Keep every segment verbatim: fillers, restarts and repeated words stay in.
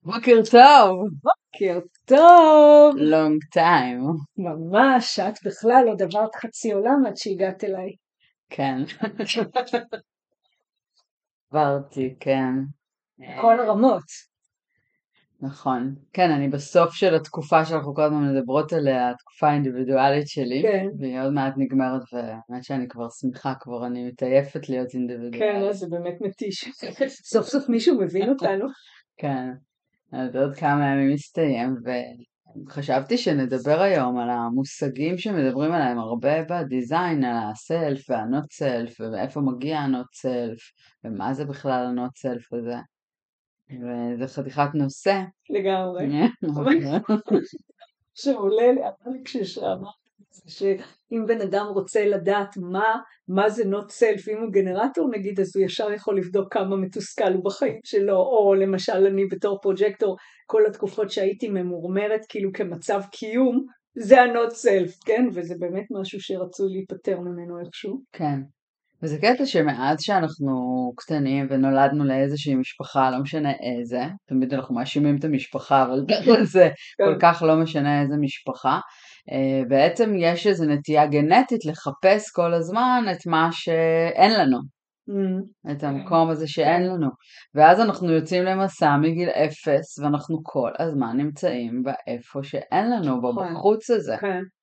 בוקר טוב, בוקר טוב. long time. ממש, את בכלל עוד עברת חצי עולם עד שהגעת אליי. כן, עברתי, כן. כל הרמות. נכון. כן, אני בסוף של התקופה שאנחנו כל הזמן מדברות עליה, התקופה האינדיבידואלית שלי, כן. והיא עוד מעט נגמרת, והאמת שאני כבר שמחה, כבר אני מתעייפת להיות אינדיבידואלית. כן, זה באמת מתיש. סוף סוף מישהו מבין אותנו. כן, אז עוד כמה ימים מסתיים, וחשבתי שנדבר היום על המושגים שמדברים עליהם הרבה בדיזיין, על הסלף והנוט סלף, ואיפה מגיע הנוט סלף, ומה זה בכלל הנוט סלף הזה. וזה חתיכת נושא. לגמרי. שעולה לי, אמר לי כששאמרת שאם בן אדם רוצה לדעת מה, מה זה not self, אם הוא גנרטור נגיד, אז הוא ישר יכול לבדוק כמה מתוסכל הוא בחיים שלו, או למשל אני בתור פרוג'קטור, כל התקופות שהייתי ממורמרת כאילו כמצב קיום, זה ה-not self, כן? וזה באמת משהו שרצו להיפטר ממנו איכשהו. כן. וזה קטע שמאז שאנחנו קטנים ונולדנו לאיזושהי משפחה, לא משנה איזה, תמיד אנחנו מאשימים את המשפחה, אבל זה כל כך לא משנה איזה משפחה, בעצם יש איזו נטייה גנטית לחפש כל הזמן את מה שאין לנו, את המקום הזה שאין לנו, ואז אנחנו יוצאים למסע מגיל אפס, ואנחנו כל הזמן נמצאים באיפה שאין לנו, בחוץ הזה.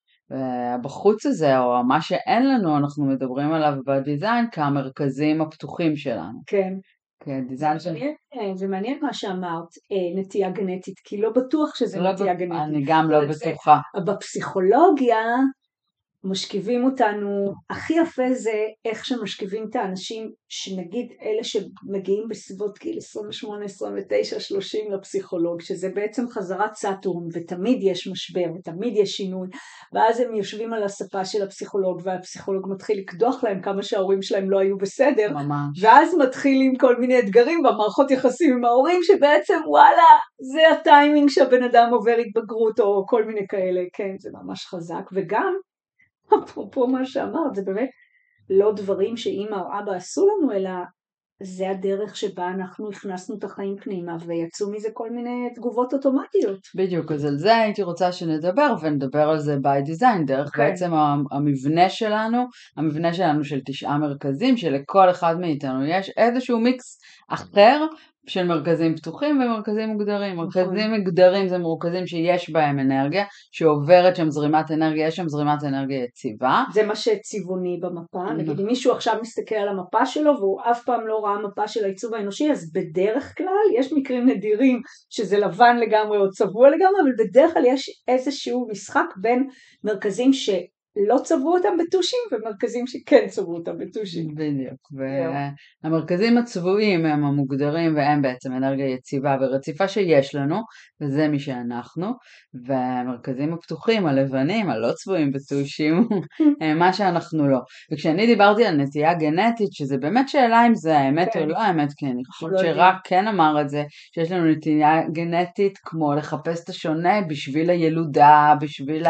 ובחוץ הזה, או מה שאין לנו, אנחנו מדברים עליו בדיזיין כמרכזים הפתוחים שלנו. כן. כן, דיזיין של... זה מעניין מה שאמרת, נטייה גנטית, כי לא בטוח שזה נטייה גנטית. אני גם לא בטוחה. בפסיכולוגיה משכיבים אותנו, הכי יפה זה איך שמשכיבים את האנשים, שנגיד אלה שמגיעים בסביבות גיל עשרים ושמונה, עשרים ותשע, שלושים לפסיכולוג, שזה בעצם חזרת סאטורן, ותמיד יש משבר, ותמיד יש שינוי, ואז הם יושבים על הספה של הפסיכולוג, והפסיכולוג מתחיל לקדוח להם כמה שההורים שלהם לא היו בסדר, ממש. ואז מתחילים כל מיני אתגרים במערכות יחסים עם ההורים, שבעצם וואלה, זה הטיימינג שהבן אדם עובר התבגרות, או כל מיני כאלה, כן, זה ממש חזק, וגם, אפרופו מה שאמרת, זה באמת לא דברים שאמא או אבא עשו לנו, אלא זה הדרך שבה אנחנו הכנסנו את החיים פנימה, ויצאו מזה כל מיני תגובות אוטומטיות. בדיוק, אז על זה הייתי רוצה שנדבר, ונדבר על זה by design, דרך okay. בעצם המבנה שלנו, המבנה שלנו של תשעה מרכזים, שלכל אחד מאיתנו יש איזשהו מיקס אחר, של מרכזים פתוחים ומרכזים מוגדרים. מרכזים מוגדרים זה מרכזים שיש בהם אנרגיה, שעוברת שם זרימת אנרגיה, יש שם זרימת אנרגיה יציבה. זה מה שצבעוני במפה. נגיד, אם מישהו עכשיו מסתכל על המפה שלו, והוא אף פעם לא ראה מפה של העיצוב האנושי, אז בדרך כלל יש מקרים נדירים שזה לבן לגמרי או צבוע לגמרי, אבל בדרך כלל יש איזשהו משחק בין מרכזים ש... לא צבעו אותם בטושים, ומרכזים שכן צבעו אותם בטושים. בדיוק, והמרכזים הצבועים הם המוגדרים, והם בעצם אנרגיה יציבה ורציפה שיש לנו, וזה מי שאנחנו, והמרכזים הפתוחים, הלבנים, הלא צבועים בטושים, הם מה שאנחנו לא. וכשאני דיברתי על נטייה גנטית, שזה באמת שאלה אם זה האמת או לא האמת, כי אני חושבת שרק כן אמר את זה, שיש לנו נטייה גנטית כמו לחפש את השונה בשביל הילודה, בשביל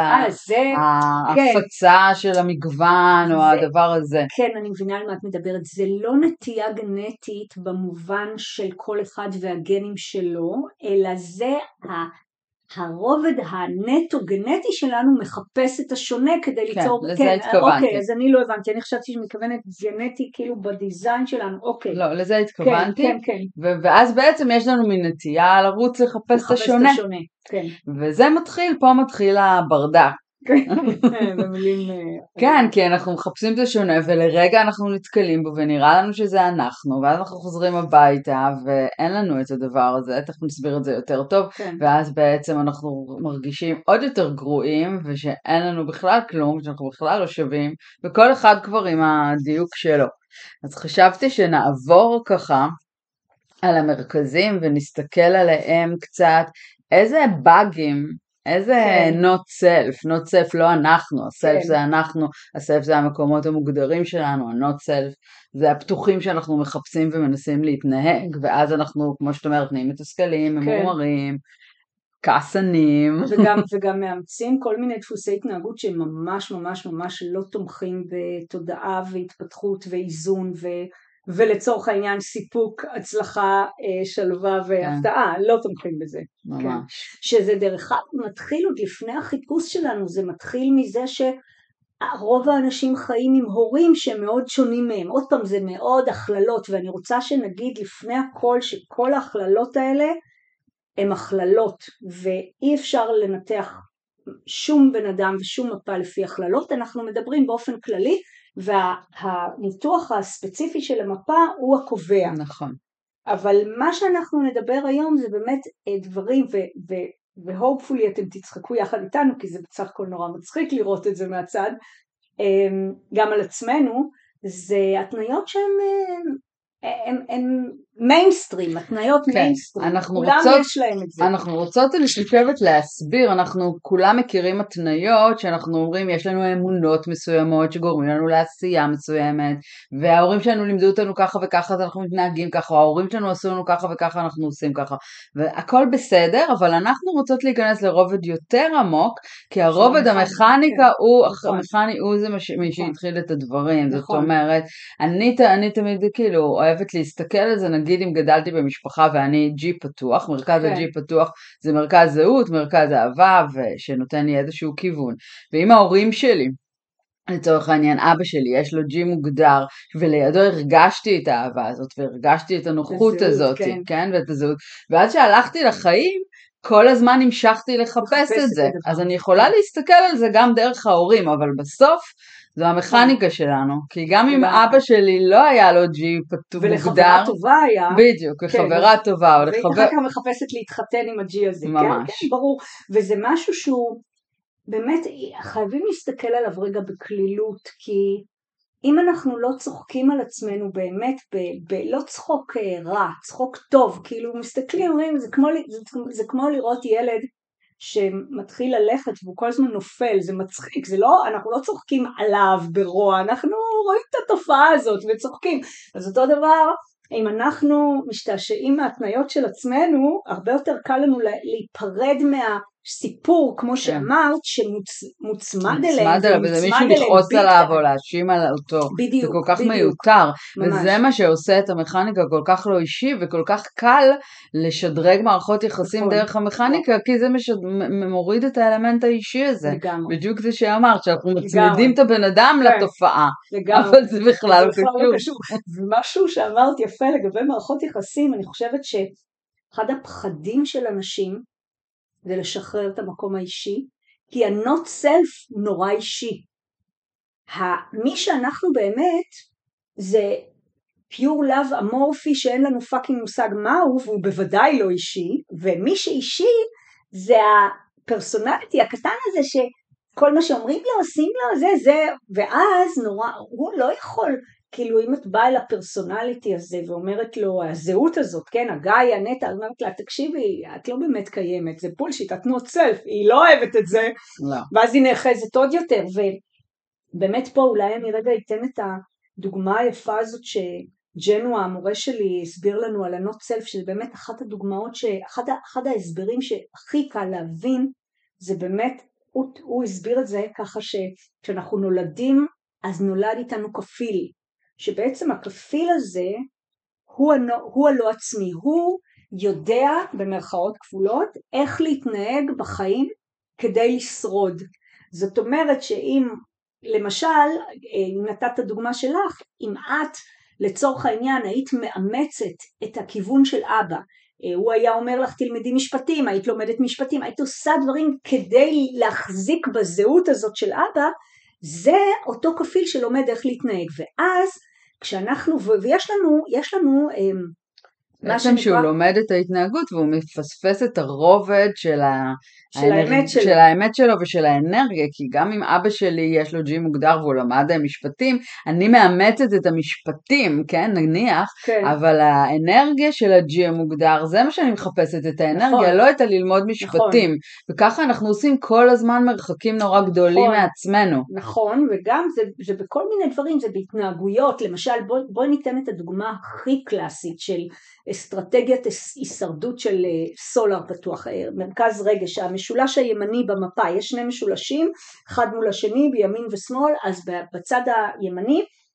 ההפצה של המגוון או הדבר הזה. כן, אני מבינה על מה את מדברת, זה לא נטייה גנטית במובן של כל אחד והגנים שלו, אלא זה הרובד הנטו גנטי שלנו מחפש את השונה כדי ליצור... כן, לזה התכוונתי. אוקיי, אז אני לא הבנתי, אני חשבתי שמכוונת גנטי כאילו בדיזיין שלנו, אוקיי. לא, לזה התכוונתי. כן, כן, כן. ואז בעצם יש לנו מנטייה לרוץ לחפש את השונה. לחפש את השונה, כן. וזה מתחיל, פה מתחיל הברדק. כן, כי אנחנו מחפשים את השונה ולרגע אנחנו נתקלים בו ונראה לנו שזה אנחנו, ואז אנחנו חוזרים הביתה ואין לנו את הדבר הזה, תכף נסביר את זה יותר טוב, ואז בעצם אנחנו מרגישים עוד יותר גרועים ושאין לנו בכלל כלום, שאנחנו בכלל לא שווים, וכל אחד כבר עם הדיוק שלו. אז חשבתי שנעבור ככה על המרכזים ונסתכל עליהם קצת, איזה באגים, איזה not self, not self לא אנחנו, ה-self זה אנחנו, ה-self זה המקומות המוגדרים שלנו, ה-not self זה הפתוחים שאנחנו מחפשים ומנסים להתנהג, ואז אנחנו, כמו שאת אומרת, נהיים מתוסכלים, ממורמרים, כעסנים. וגם, וגם מאמצים כל מיני דפוסי התנהגות שהם ממש ממש ממש לא תומכים בתודעה והתפתחות ואיזון ו... ולצורך העניין סיפוק, הצלחה, שלווה והפתעה, לא תומכים בזה. ממש. כן. שזה דרך אגב מתחיל עוד לפני החיפוש שלנו, זה מתחיל מזה שרוב האנשים חיים עם הורים שהם מאוד שונים מהם. עוד פעם זה מאוד הכללות, ואני רוצה שנגיד לפני הכל שכל ההכללות האלה הם הכללות, ואי אפשר לנתח שום בן אדם ושום מפה לפי הכללות, אנחנו מדברים באופן כללי, והניתוח הספציפי של המפה הוא הקובע. נכון. אבל מה שאנחנו נדבר היום זה באמת דברים, והופפולי אתם תצחקו יחד איתנו, כי זה בסך הכל נורא מצחיק לראות את זה מהצד, גם על עצמנו, זה התניות שהן הם, הם מיינסטרים, התניות כן, מיינסטרים, כולם רוצות, יש להם את זה. אנחנו רוצות לשבת להסביר, אנחנו כולם מכירים התניות שאנחנו אומרים יש לנו אמונות מסוימות שגורמים לנו לעשייה מסוימת, וההורים שלנו לימדו אותנו ככה וככה אז אנחנו מתנהגים ככה, ההורים שלנו עשו לנו ככה וככה אנחנו עושים ככה, והכל בסדר, אבל אנחנו רוצות להיכנס לרובד יותר עמוק, כי הרובד המכניקה כן. הוא, נכון. המכני הוא זה מש, נכון. מי שהתחיל את הדברים, נכון. זאת אומרת, אני, אני תמיד כאילו אוהבת להסתכל על זה, נגיד אם גדלתי במשפחה ואני ג'י פתוח, מרכז כן. הג'י פתוח זה מרכז זהות, מרכז אהבה, שנותן לי איזשהו כיוון. ואם ההורים שלי, לצורך העניין אבא שלי, יש לו ג'י מוגדר, ולידו הרגשתי את האהבה הזאת, והרגשתי את הנוחות הזהות, הזאת, כן. כן, ואת הזהות. ואז שהלכתי לחיים, כל הזמן המשכתי לחפש את זה. אז אני יכולה להסתכל על זה גם דרך ההורים, אבל בסוף, זו המכניקה שלנו, כי גם אם אבא שלי לא היה לו ג'י פתוח מוגדר, ולחברה טובה היה, בדיוק, לחברה טובה, והיא אחר כך מחפשת להתחתן עם הג'י הזה, ממש, כן, ברור, וזה משהו שהוא, באמת, חייבים להסתכל עליו רגע בכלילות, כי אם אנחנו לא צוחקים על עצמנו באמת, ב- ב- לא צחוק רע, צחוק טוב, כאילו מסתכלים, אומרים, זה כמו, זה, זה כמו לראות ילד, שמתחיל ללכת והוא כל הזמן נופל, זה מצחיק, זה לא, אנחנו לא צוחקים עליו ברוע, אנחנו רואים את התופעה הזאת וצוחקים. אז אותו דבר, אם אנחנו משתעשעים מהתניות של עצמנו, הרבה יותר קל לנו להיפרד מהסיפור, כמו שאמרת, שמוצמד אליהם. מוצמד אליהם, וזה מישהו לכעוס עליו או להאשים על אותו. בדיוק, זה כל כך בדיוק. מיותר. ממש. וזה מה שעושה את המכניקה כל כך לא אישי, וכל כך קל לשדרג מערכות יחסים נכון. דרך המכניקה, כי זה משד... מוריד את האלמנט האישי הזה. לגמרי. בדיוק זה שאמרת, שאנחנו מצמידים את הבן אדם כן. לתופעה. לגמרי. אבל זה בכלל זה בכלל לא קשור. ומשהו שאמרת יפה לגבי מערכות יחסים, אני חושבת שאחד הפחדים של אנשים זה לשחרר את המקום האישי, כי ה-not self נורא אישי. מי שאנחנו באמת זה pure love אמורפי שאין לנו פאקינג מושג מהו, והוא בוודאי לא אישי, ומי שאישי זה הפרסונליטי הקטן הזה שכל מה שאומרים לו עושים לו זה זה, ואז נורא, הוא לא יכול, כאילו אם את באה אל הפרסונליטי הזה ואומרת לו הזהות הזאת, כן, הגאיה, נטה, אומרת לה תקשיבי, את לא באמת קיימת, זה פולשיט, את not self, היא לא אוהבת את זה, לא. ואז היא נאחזת עוד יותר, ובאמת פה אולי אני רגע אתן את הדוגמה היפה הזאת שג'נו המורה שלי הסביר לנו על ה-not self, שזה באמת אחת הדוגמאות, שאחד, אחד ההסברים שהכי קל להבין, זה באמת, הוא, הוא הסביר את זה ככה שכשאנחנו נולדים, אז נולד איתנו כפיל, שבעצם הכפיל הזה הוא, הנו, הוא הלא עצמי, הוא יודע במרכאות כפולות איך להתנהג בחיים כדי לשרוד. זאת אומרת שאם למשל, אם נתת דוגמה שלך, אם את לצורך העניין היית מאמצת את הכיוון של אבא, הוא היה אומר לך תלמדי משפטים, היית לומדת משפטים, היית עושה דברים כדי להחזיק בזהות הזאת של אבא, זה אותו כפיל שלומד איך להתנהג, ואז כשאנחנו, ויש לנו, יש לנו, בעצם שהוא לומד את ההתנהגות והוא מפספס את הרובד של, ה... של, האמת שלו. של האמת שלו ושל האנרגיה, כי גם אם אבא שלי יש לו ג'י מוגדר והוא למד משפטים, אני מאמצת את המשפטים, כן, נניח, כן. אבל האנרגיה של הג'י המוגדר, זה מה שאני מחפשת, את האנרגיה, נכון. לא את הללמוד משפטים, נכון. וככה אנחנו עושים כל הזמן מרחקים נורא גדולים נכון. מעצמנו. נכון, וגם זה, זה בכל מיני דברים, זה בהתנהגויות, למשל בוא, בוא ניתן את הדוגמה הכי קלאסית של אסטרטגיית הישרדות של סולר פתוח, מרכז רגש, המשולש הימני במפה, יש שני משולשים, אחד מול השני בימין ושמאל, אז בצד הימני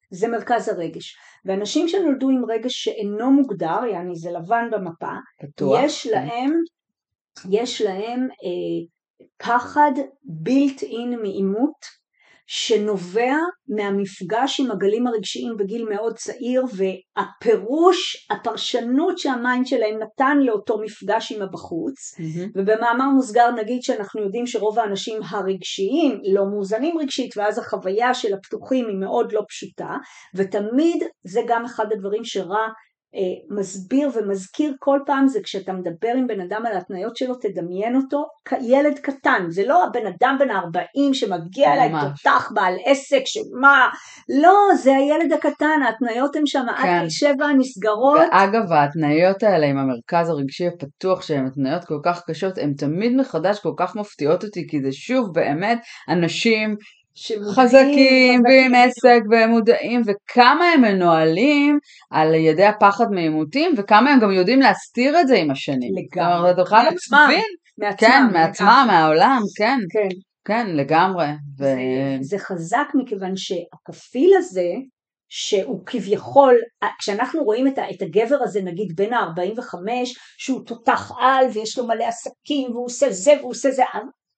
זה מרכז הרגש. ואנשים שנולדו עם רגש שאינו מוגדר, יעני זה לבן במפה, פתוח. יש להם, יש להם אה, פחד built in מאימות, שנובע מהמפגש עם הגלים הרגשיים בגיל מאוד צעיר, והפירוש, הפרשנות שהמיינד שלהם נתן לאותו מפגש עם הבחוץ, mm-hmm. ובמאמר מוסגר נגיד שאנחנו יודעים שרוב האנשים הרגשיים לא מאוזנים רגשית, ואז החוויה של הפתוחים היא מאוד לא פשוטה, ותמיד זה גם אחד הדברים שרע מסביר ומזכיר כל פעם, זה כשאתה מדבר עם בן אדם על ההתניות שלו, תדמיין אותו כילד קטן, זה לא הבן אדם בן ארבעים שמגיע אליי תותח בעל עסק, שמה, לא, זה הילד הקטן, ההתניות הן שם עד כן. שבע נסגרות. ואגב, ההתניות האלה עם המרכז הרגשי הפתוח, שהן התניות כל כך קשות, הן תמיד מחדש כל כך מפתיעות אותי, כי זה שוב באמת אנשים חזקים ועם עסק והם מודעים, וכמה הם מנוהלים על ידי הפחד מעימותים, וכמה הם גם יודעים להסתיר את זה עם השנים. לגמרי. מעצמם. כן, מעצמם, מהעולם, כן. כן. כן, לגמרי. זה, זה חזק מכיוון שהכפיל הזה, שהוא כביכול, כשאנחנו רואים את, את הגבר הזה נגיד בין ה-ארבעים וחמש, שהוא תותח על ויש לו מלא עסקים, והוא עושה זה והוא עושה זה,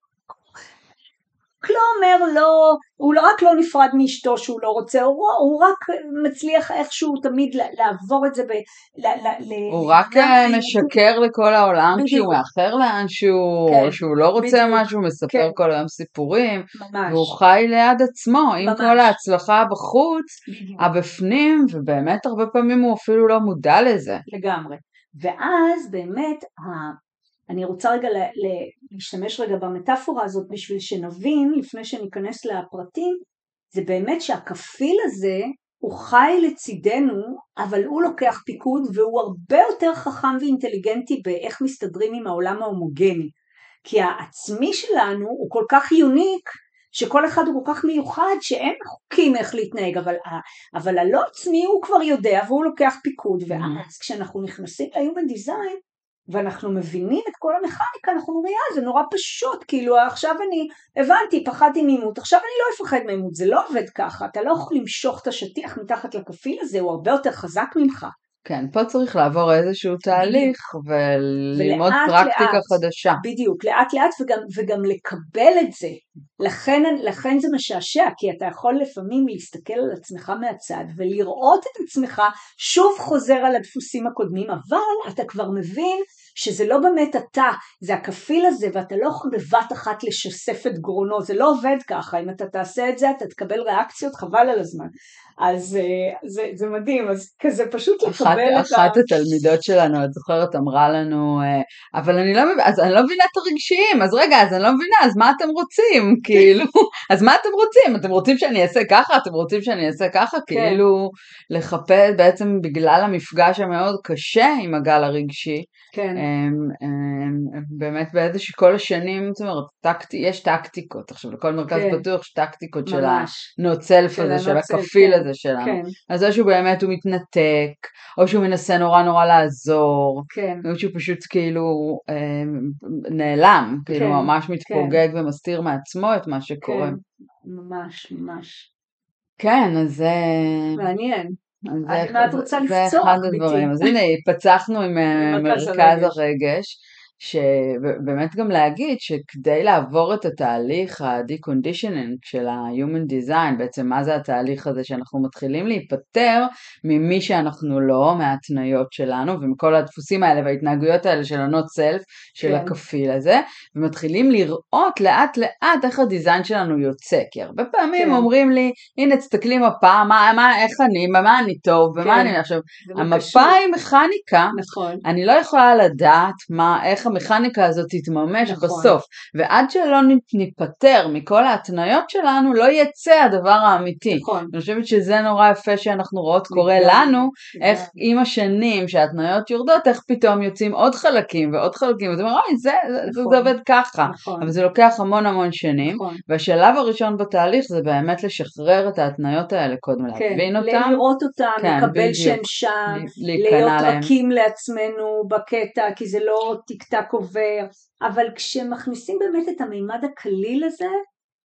לא אומר לא, הוא לא רק לא נפרד מאשתו שהוא לא רוצה, הוא, הוא רק מצליח איכשהו תמיד לעבור את זה ב... ל, ל, הוא ל, רק משקר לכל העולם בדיוק. שהוא מאחר לאנשהו, כן. או שהוא לא רוצה בדיוק. משהו, מספר כן. כל היום סיפורים, ממש. והוא חי ליד עצמו, ממש. עם כל ההצלחה בחוץ, בדיוק. הבפנים, ובאמת הרבה פעמים הוא אפילו לא מודע לזה. לגמרי. ואז באמת אני רוצה רגע להשתמש רגע במטאפורה הזאת בשביל שנבין, לפני שניכנס לפרטים, זה באמת שהכפיל הזה הוא חי לצידנו, אבל הוא לוקח פיקוד והוא הרבה יותר חכם ואינטליגנטי באיך מסתדרים עם העולם ההומוגני. כי העצמי שלנו הוא כל כך יוניק, שכל אחד הוא כל כך מיוחד שאין חוקים איך להתנהג, אבל, אבל הלא עצמי הוא כבר יודע והוא לוקח פיקוד, ואז כשאנחנו נכנסים ל-Human Design, ואנחנו מבינים את כל המכניקה, אנחנו אומרים, אה, זה נורא פשוט, כאילו עכשיו אני הבנתי, פחדתי מאימות, עכשיו אני לא אפחד מאימות, זה לא עובד ככה, אתה לא יכול למשוך את השטיח מתחת לכפיל הזה, הוא הרבה יותר חזק ממך. כן, פה צריך לעבור איזשהו תהליך, וללמוד פרקטיקה לאט, חדשה. בדיוק, לאט לאט, וגם, וגם לקבל את זה, לכן, לכן זה משעשע, כי אתה יכול לפעמים להסתכל על עצמך מהצד, ולראות את עצמך שוב חוזר על הדפוסים הקודמים, אבל אתה כבר מבין שזה לא באמת אתה, זה הכפיל הזה, ואתה לא יכול בבת אחת לשסף את גרונו, זה לא עובד ככה, אם אתה תעשה את זה, אתה תקבל ריאקציות, חבל על הזמן. אז זה, זה מדהים, אז כזה פשוט לקבל אחת, את אחת ה... אחת התלמידות שלנו, את זוכרת, אמרה לנו, אבל אני לא, אז אני לא מבינה את הרגשיים, אז רגע, אז אני לא מבינה, אז מה אתם רוצים? כאילו, אז מה אתם רוצים? אתם רוצים שאני אעשה ככה? אתם רוצים שאני אעשה ככה? כן. כאילו, לחפש בעצם בגלל המפגש המאוד קשה עם הגל הרגשי, כן. הם, הם, הם באמת באיזושהי כל השנים, זאת אומרת, טקטי, יש טקטיקות, עכשיו לכל מרכז כן. פתוח יש טקטיקות ממש. של הנוצלף הזה, של הכפיל כן. הזה שלנו. כן. אז או שהוא באמת הוא מתנתק, או שהוא מנסה נורא נורא לעזור, כן. או שהוא פשוט כאילו אה, נעלם, כן. כאילו ממש מתפוגג כן. ומסתיר מעצמו את מה שקורה. כן, ממש, ממש. כן, אז זה... מעניין. זה, זה, זה אחד הדברים. אז הנה, פצחנו עם מרכז הרגש, שבאמת גם להגיד שכדי לעבור את התהליך ה-deconditioning של ה-Human Design, בעצם מה זה התהליך הזה שאנחנו מתחילים להיפטר ממי שאנחנו לא, מהתניות שלנו, ומכל הדפוסים האלה וההתנהגויות האלה של ה-not self, של כן. הכפיל הזה, ומתחילים לראות לאט לאט איך הדיזיין שלנו יוצא, כי הרבה פעמים כן. אומרים לי, הנה תסתכלי מפה, מה, מה, איך אני, מה אני טוב, ומה כן. אני, עכשיו, המפה קשור. היא מכניקה, נכון. אני לא יכולה לדעת מה, איך המכניקה הזאת תתממש נכון. בסוף, ועד שלא ניפטר מכל ההתניות שלנו, לא יצא הדבר האמיתי. נכון. אני חושבת שזה נורא יפה שאנחנו רואות קורה לנו, איך עם השנים שההתניות יורדות, איך פתאום יוצאים עוד חלקים ועוד חלקים, וזה אומר, אוי, זה, נכון. זה עובד ככה, נכון. אבל זה לוקח המון המון שנים, נכון. והשלב הראשון בתהליך זה באמת לשחרר את ההתניות האלה קודם, כן. להבין אותם, לראות אותם, כן, לקבל שם שם, להיות רכים לעצמנו בקטע, כי זה לא תקתק עובר, אבל כשמכניסים באמת את המימד הקליל הזה,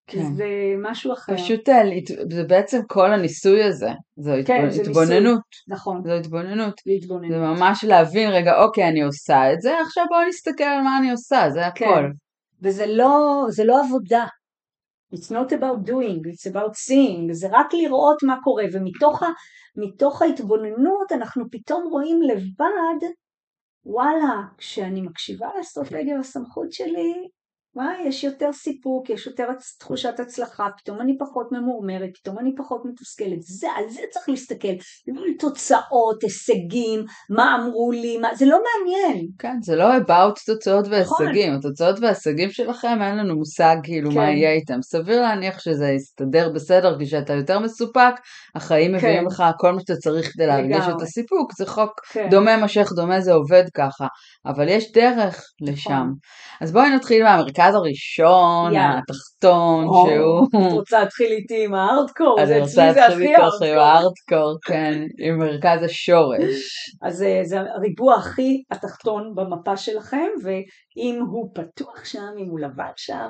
כן. זה משהו אחר. פשוט, זה בעצם כל הניסוי הזה, זו כן, התבוננות. נכון. זו התבוננות. להתבוננות. זה ממש להבין, רגע, אוקיי, אני עושה את זה, עכשיו בואו נסתכל על מה אני עושה, זה הכל. כן. וזה לא, זה לא עבודה. It's not about doing, it's about seeing, זה רק לראות מה קורה, ומתוך ה, מתוך ההתבוננות אנחנו פתאום רואים לבד, וואלה, כשאני מקשיבה לאסטרטגיה והסמכות שלי, וואי, יש יותר סיפוק, יש יותר תחושת הצלחה, פתאום אני פחות ממורמרת, פתאום אני פחות מתוסכלת, זה, על זה צריך להסתכל, תוצאות, הישגים, מה אמרו לי, מה, זה לא מעניין. כן, זה לא about תוצאות והישגים, התוצאות וההישגים שלכם אין לנו מושג כאילו מה יהיה איתם, סביר להניח שזה יסתדר בסדר, כשאתה יותר מסופק, החיים מביאים לך כל מה שאתה צריך כדי להרגיש את הסיפוק, זה חוק דומה משך דומה, זה עובד ככה, אבל יש דרך לשם. אז בואי נתחיל מהמרכז הראשון, התחתון, שהוא... את רוצה להתחיל איתי עם הארדקור? אני רוצה להתחיל איתך עם הארדקור, כן, עם מרכז השורש. אז זה הריבוע הכי התחתון במפה שלכם, ואם הוא פתוח שם, אם הוא לבן שם,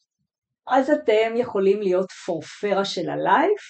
אז אתם יכולים להיות פורפרה של הלייף,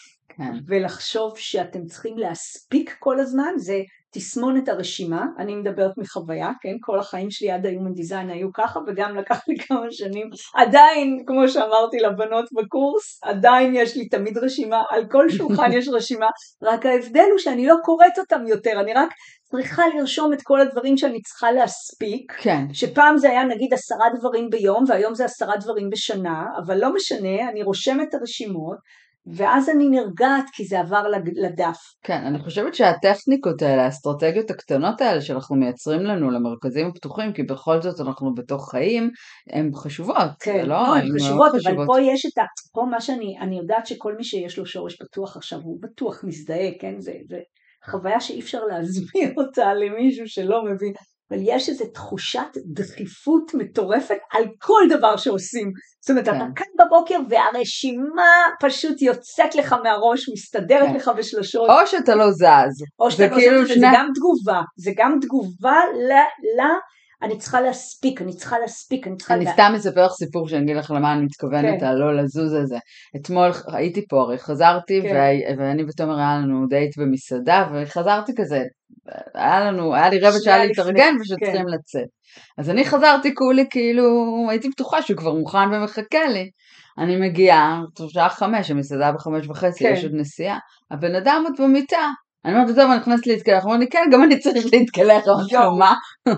ולחשוב שאתם צריכים להספיק כל הזמן, זה תסמונת הרשימה, אני מדברת מחוויה, כן, כל החיים שלי עד ה-Human Design היו ככה, וגם לקח לי כמה שנים, עדיין, כמו שאמרתי לבנות בקורס, עדיין יש לי תמיד רשימה, על כל שולחן יש רשימה, רק ההבדל הוא שאני לא קוראת אותם יותר, אני רק צריכה לרשום את כל הדברים שאני צריכה להספיק, כן. שפעם זה היה נגיד עשרה דברים ביום, והיום זה עשרה דברים בשנה, אבל לא משנה, אני רושמת את הרשימות, ואז אני נרגעת כי זה עבר לדף. כן, אני חושבת שהטכניקות האלה, האסטרטגיות הקטנות האלה שאנחנו מייצרים לנו למרכזים הפתוחים, כי בכל זאת אנחנו בתוך חיים, הן חשובות. כן, לא, לא, הן חשובות, אבל חשובות. פה יש את ה... פה מה שאני, אני יודעת שכל מי שיש לו שורש פתוח עכשיו, הוא בטוח מזדהה, כן? זה, זה חוויה שאי אפשר להסביר אותה למישהו שלא מבין. אבל יש איזו תחושת דחיפות מטורפת על כל דבר שעושים. זאת אומרת, אתה קם בבוקר והרשימה פשוט יוצאת לך מהראש, מסתדרת לך בשלושות. או שאתה לא זז. או שאתה לא זז, זה גם תגובה. זה גם תגובה ל... אני צריכה להספיק, אני צריכה להספיק, אני צריכה... אני סתם מספר לך סיפור שאני אגיד לך למה אני מתכוונת, הלא לזוז הזה. אתמול הייתי פה, הרי חזרתי, ואני ותומר היה לנו דייט במסעדה, וחזרתי כזה, היה לנו, היה לי רבע שעה להתארגן, ושצריכים לצאת. אז אני חזרתי כולי, כאילו, הייתי בטוחה שהוא כבר מוכן ומחכה לי. אני מגיעה, שעה חמש, המסעדה בחמש וחצי, יש עוד נסיעה, הבן אדם עוד במיטה, אני אומרת, טוב, אני נכנסת להתקלח, אמרו לי, כן, גם אני צריך להתקלח, אמרתי לו, מה?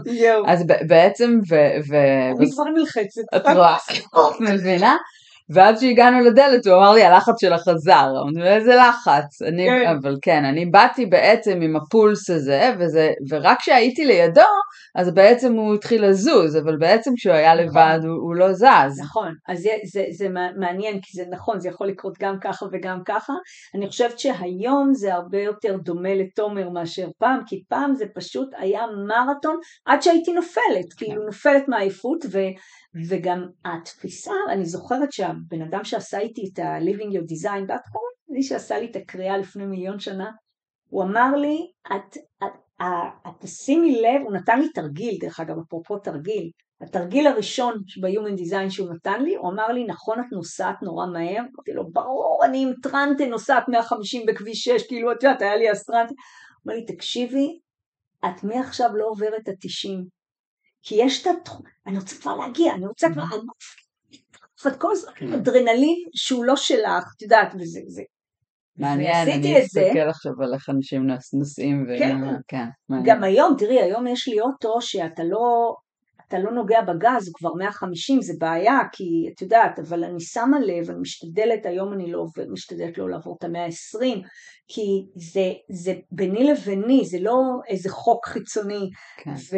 אז בעצם, ו... אני כבר נלחצת. את רואה, את מבינה? ואז שהגענו לדלת, הוא אמר לי, הלחץ של החזר, אמרתי, איזה לחץ? אבל כן, אני באתי בעצם עם הפולס הזה, ורק כשהייתי לידו, אז בעצם הוא התחיל לזוז, אבל בעצם כשהוא היה לבד, הוא לא זז. נכון, אז זה מעניין, כי זה נכון, זה יכול לקרות גם ככה וגם ככה. אני חושבת שהיום זה הרבה יותר דומה לתומר מאשר פעם, כי פעם זה פשוט היה מרתון, עד שהייתי נופלת, כאילו נופלת מעייפות, וגם התפיסה, אני זוכרת שהבן אדם שעשה איתי את ה-Living Your Design, בהתחלה, מי שעשה לי את הקריאה לפני מיליון שנה, הוא אמר לי, את, את, את תשימי לב, הוא נתן לי תרגיל, דרך אגב, אפרופו תרגיל, התרגיל הראשון ב-Human Design שהוא נתן לי, הוא אמר לי, נכון, את נוסעת נורא מהר, אמרתי לו, ברור, אני עם טרנטה נוסעת מאה וחמישים בכביש שש, כאילו, את יודעת, היה לי הסטרנטה, הוא אמר לי, תקשיבי, את מעכשיו לא עוברת את ה-תשעים, כי יש את התחום, אני רוצה כבר להגיע, אני רוצה כבר, את כל זה אדרנלין שהוא לא שלך, את יודעת, וזה, זה. מעניין, אני אסתכל עכשיו על איך אנשים נוסעים, כן, גם היום, תראי, היום יש לי אוטו שאתה לא, אתה לא נוגע בגז, הוא כבר מאה וחמישים, זה בעיה, כי את יודעת, אבל אני שמה לב, אני משתדלת, היום אני לא משתדלת לא לעבור את המאה העשרים, כי זה, זה ביני לביני, זה לא איזה חוק חיצוני, ו...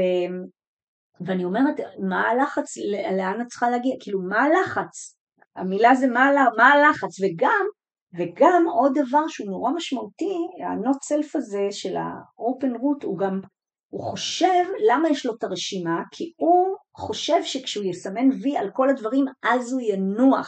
ואני אומרת, מה הלחץ, לאן את צריכה להגיע? כאילו, מה הלחץ? המילה זה מה, מה הלחץ, וגם, וגם עוד דבר שהוא נורא משמעותי, ה-not self הזה של ה-open root, הוא גם, הוא חושב, למה יש לו את הרשימה? כי הוא חושב שכשהוא יסמן וי על כל הדברים, אז הוא ינוח.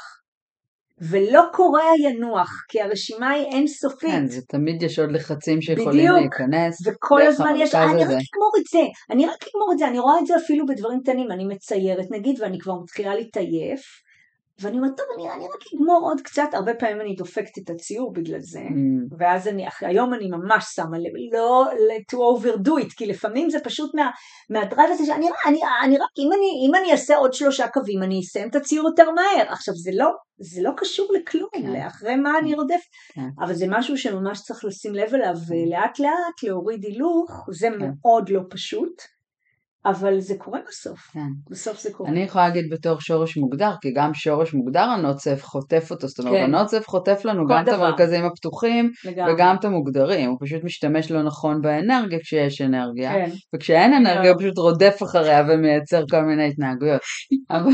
ולא קורה הינוח, כי הרשימה היא אינסופית. כן, זה תמיד יש עוד לחצים שיכולים להיכנס. וכל הזמן יש, אני רק אגמור את זה, אני רק אגמור את זה, אני רואה את זה אפילו בדברים קטנים, אני מציירת נגיד, ואני כבר מתחילה להתעייף, ואני אומרת, טוב, אני, אני רק אגמור עוד קצת, הרבה פעמים אני דופקת את הציור בגלל זה, mm. ואז אני, היום אני ממש שמה לב, לא to overdo it, כי לפעמים זה פשוט מה, מהדרייב הזה, שאני, אני, אני רק, אם אני, אם אני אעשה עוד שלושה קווים, אני אסיים את הציור יותר מהר, עכשיו זה לא, זה לא קשור לכלום, כן. לאחרי מה אני רודף, כן. אבל זה משהו שממש צריך לשים לב אליו, ולאט לאט להוריד הילוך, זה כן. מאוד לא פשוט, אבל זה קורה בסוף, כן. בסוף זה קורה. אני יכולה להגיד בתור שורש מוגדר, כי גם שורש מוגדר הנוצף חוטף אותו, זאת אומרת, כן. הנוצף חוטף לנו גם דבר. את המרכזים הפתוחים, לגמרי. וגם את המוגדרים, הוא פשוט משתמש לא נכון באנרגיה כשיש אנרגיה, כן. וכשאין אנרגיה הוא פשוט רודף אחריה ומייצר כל מיני התנהגויות. אבל...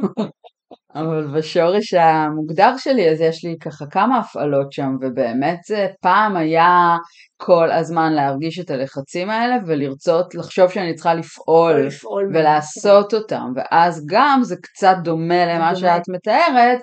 אבל בשורש המוגדר שלי, אז יש לי ככה כמה הפעלות שם, ובאמת זה פעם היה כל הזמן להרגיש את הלחצים האלה, ולרצות לחשוב שאני צריכה לפעול, לפעול ולעשות מהם. אותם, ואז גם זה קצת דומה למה דומה. שאת מתארת,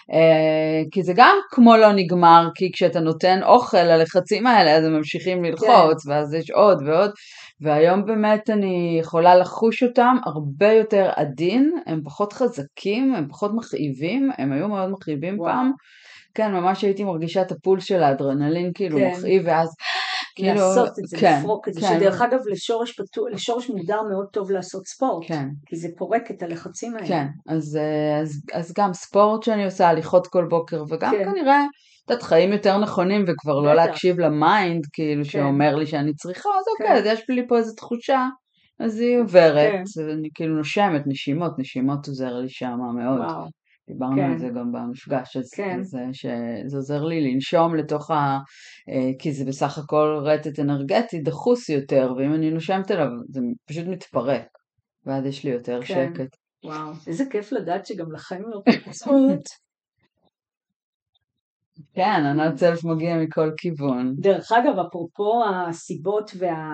כי זה גם כמו לא נגמר, כי כשאתה נותן אוכל ללחצים האלה, אז הם ממשיכים ללחוץ, כן. ואז יש עוד ועוד, והיום באמת אני יכולה לחוש אותם הרבה יותר עדין, הם פחות חזקים, הם פחות מכאיבים, הם היו מאוד מכאיבים וואו. פעם, כן, ממש הייתי מרגישה את הפולס של האדרנלין, כאילו כן. מכאיב, ואז כאילו... לעשות את זה, כן, לפרוק את זה, כן. שדרך אגב לשורש, פתוח, לשורש מוגדר מאוד טוב לעשות ספורט, כן. כי זה פורק את הלחצים האלה. כן, אז, אז, אז גם ספורט שאני עושה, הליכות כל בוקר, וגם כן. כנראה... את חיים יותר נכונים וכבר לא להקשיב למיינד כאילו שאומר לי שאני צריכה, אז אוקיי, אז יש לי פה איזו תחושה, אז היא עוברת, אני כאילו נושמת, נשימות, נשימות עוזר לי שם מאוד, דיברנו על זה גם במפגש, אז שזה עוזר לי לנשום לתוך ה... כי זה בסך הכל רטט אנרגטי דחוס יותר, ואם אני נושמת אליו זה פשוט מתפרק, ואז יש לי יותר שקט. וואו, איזה כיף לדעת שגם לחיים לא פצעות. כן, הנוצף מגיע מכל כיוון. דרך אגב, אפרופו הסיבות וה...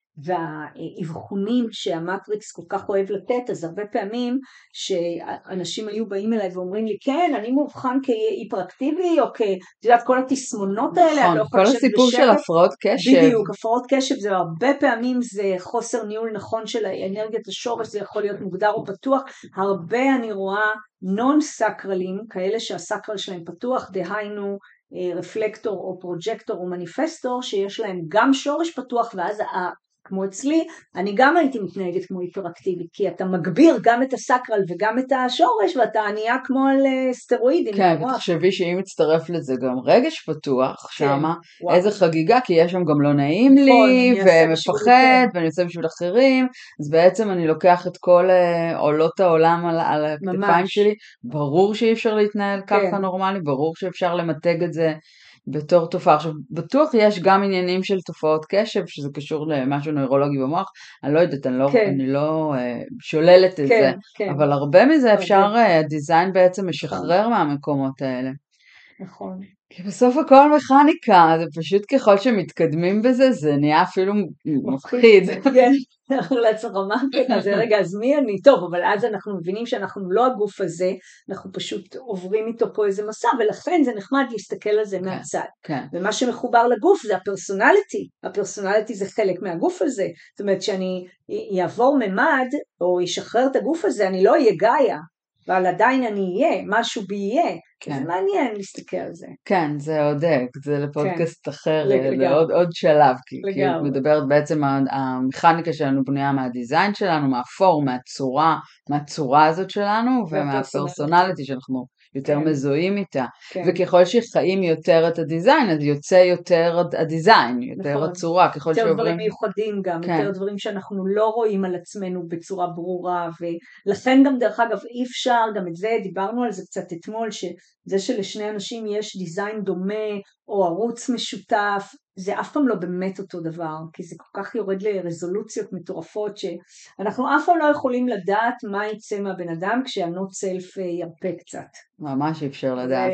והאבחונים שהמטריקס כל כך אוהב לתת, אז הרבה פעמים שאנשים היו באים אליי ואומרים לי, כן, אני מאובחן כהיפראקטיבי, או כתיודעת, כל התסמונות האלה, נכון, כל הסיפור של הפרעות קשב. בדיוק, הפרעות קשב, זה הרבה פעמים זה חוסר ניהול נכון של אנרגיית השורש, זה יכול להיות מוגדר או פתוח, הרבה אני רואה נון סקרלים, כאלה שהסקרל שלהם פתוח, דהיינו, רפלקטור או פרוג'קטור או מניפסטור, שיש להם גם שורש פתוח, ואז כמו אצלי, אני גם הייתי מתנהגת כמו היפראקטיבית, כי אתה מגביר גם את הסקרל וגם את השורש, ואתה נהיה כמו על סטרואידים. כן, ותחשבי שאם מצטרף לזה גם רגש פתוח שמה, איזה חגיגה, כי יש שם גם לא נעים לי, ומפחד, ואני עושה בשביל אחרים, אז בעצם אני לוקח את כל עולות העולם על הכתפיים שלי, ברור שאי אפשר להתנהל ככה נורמלי, ברור שאפשר למתג את זה, בתור תופעה. עכשיו, בטוח יש גם עניינים של תופעות קשב, שזה קשור למשהו נוירולוגי במוח, אני לא יודעת, אני לא, כן. אני לא uh, שוללת את כן, זה, כן. אבל הרבה מזה אפשר, הדיזיין בעצם משחרר מהמקומות האלה. נכון. כי בסוף הכל מכניקה, זה פשוט ככל שמתקדמים בזה, זה נהיה אפילו מפחיד. כן, אנחנו לעצר רמה, אז רגע, אז מי אני? טוב, אבל אז אנחנו מבינים שאנחנו לא הגוף הזה, אנחנו פשוט עוברים איתו פה איזה מסע, ולכן זה נחמד להסתכל על זה מהצד. ומה שמחובר לגוף זה הפרסונליטי, הפרסונליטי זה חלק מהגוף הזה, זאת אומרת שאני יעבור ממד, או ישחרר את הגוף הזה, אני לא אהיה גאיה, אבל עדיין אני אהיה, משהו בי יהיה, כן. זה מעניין להסתכל על זה. כן, זה עוד, זה לפודקאסט כן. אחר, לעוד עוד שלב, כי, כי את מדברת בעצם, המכניקה שלנו בנויה מהדיזיין שלנו, מהפורם, מהצורה, מהצורה הזאת שלנו, ומהפרסונליטי שאנחנו יותר כן. מזוהים איתה, כן. וככל שחיים יותר את הדיזיין, אז יוצא יותר הדיזיין, יותר נכון. הצורה, ככל יותר שעוברים... דברים מיוחדים גם, כן. יותר דברים שאנחנו לא רואים על עצמנו בצורה ברורה, ולכן גם דרך אגב אי אפשר, גם את זה דיברנו על זה קצת אתמול, שזה שלשני אנשים יש דיזיין דומה, או ערוץ משותף, זה אף פעם לא באמת אותו דבר, כי זה כל כך יורד לרזולוציות מטורפות, שאנחנו אף פעם לא יכולים לדעת מה יצא מהבן אדם, כשהנוט סלף ירפה קצת. ממש אפשר לדעת,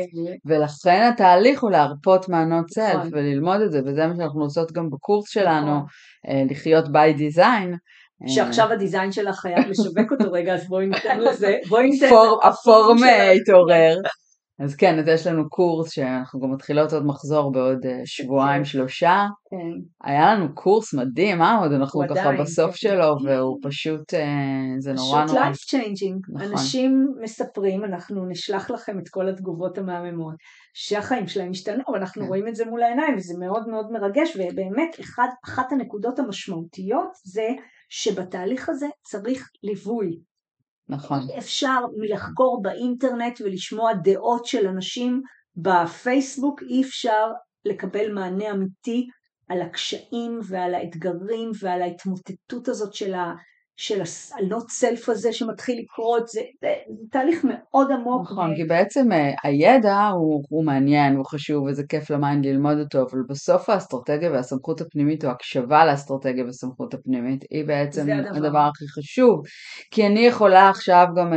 ולכן התהליך הוא להרפות מהנוט סלף, וללמוד את זה, וזה מה שאנחנו עושות גם בקורס שלנו, לחיות by design, שעכשיו הדיזיין שלך חייב לשווק אותו רגע, אז בואי ניתן לזה, בואי ניתן הפורם התעורר. אז כן, אז יש לנו קורס שאנחנו גם מתחילות עוד מחזור בעוד שבועיים, שלושה. כן. היה לנו קורס מדהים, אה? עוד אנחנו ככה עדיין, בסוף כן. שלו, והוא פשוט, זה נורא פשוט נורא. life changing. נכון. אנשים מספרים, אנחנו נשלח לכם את כל התגובות המהממות, שהחיים שלהם השתנו, ואנחנו כן. רואים את זה מול העיניים, וזה מאוד מאוד מרגש, ובאמת אחד, אחת הנקודות המשמעותיות זה שבתהליך הזה צריך ליווי. נכון. אפשר מלחקור באינטרנט ולשמוע דעות של אנשים בפייסבוק, אי אפשר לקבל מענה אמיתי על הקשיים ועל האתגרים ועל ההתמוטטות הזאת של ה... של הלא סלף הזה שמתחיל לקרות, זה, זה, זה תהליך מאוד עמוק. נכון, ו... כי בעצם הידע הוא, הוא מעניין, הוא חשוב, וזה כיף למיינד ללמוד אותו, אבל בסוף האסטרטגיה והסמכות הפנימית, או הקשבה לאסטרטגיה והסמכות הפנימית, היא בעצם הדבר. הדבר הכי חשוב, כי אני יכולה עכשיו גם, אה,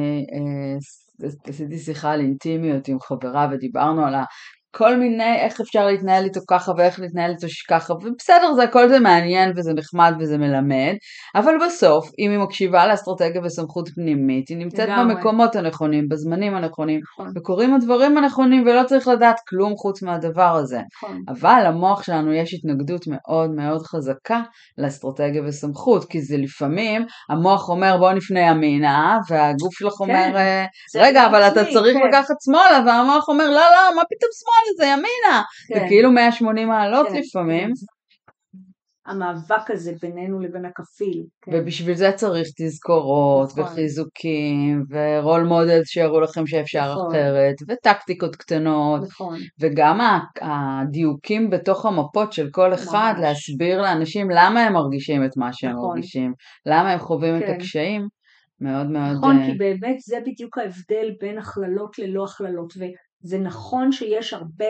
אה, עשיתי שיחה על אינטימיות עם חברה, ודיברנו על ה... כל מיני, איך אפשר להתנהל איתו ככה ואיך להתנהל איתו ככה, ובסדר, זה הכל זה מעניין וזה נחמד וזה מלמד, אבל בסוף, אם היא מקשיבה לאסטרטגיה וסמכות פנימית, היא נמצאת במקומות הנכונים, בזמנים הנכונים, וקוראים הדברים הנכונים, ולא צריך לדעת כלום חוץ מהדבר הזה. אבל למוח שלנו יש התנגדות מאוד מאוד חזקה לאסטרטגיה וסמכות, כי זה לפעמים, המוח אומר בוא נפנה ימינה, והגוף שלך אומר, רגע, אבל אתה צריך לקחת שמאלה, והמוח אומר לא, לא, מה פתאום שמאלה? זה ימינה, כן. זה כאילו מאה ושמונים מעלות כן, לפעמים. כן. המאבק הזה בינינו לבין הכפיל. כן. ובשביל זה צריך תזכורות, נכון. וחיזוקים, ורול מודל שיראו לכם שאפשר נכון. אחרת, וטקטיקות קטנות, נכון. וגם הדיוקים בתוך המפות של כל אחד, ממש. להסביר לאנשים למה הם מרגישים את מה שהם נכון. מרגישים, למה הם חווים כן. את הקשיים. מאוד מאוד... נכון, uh... כי באמת זה בדיוק ההבדל בין הכללות ללא הכללות, ו... זה נכון שיש הרבה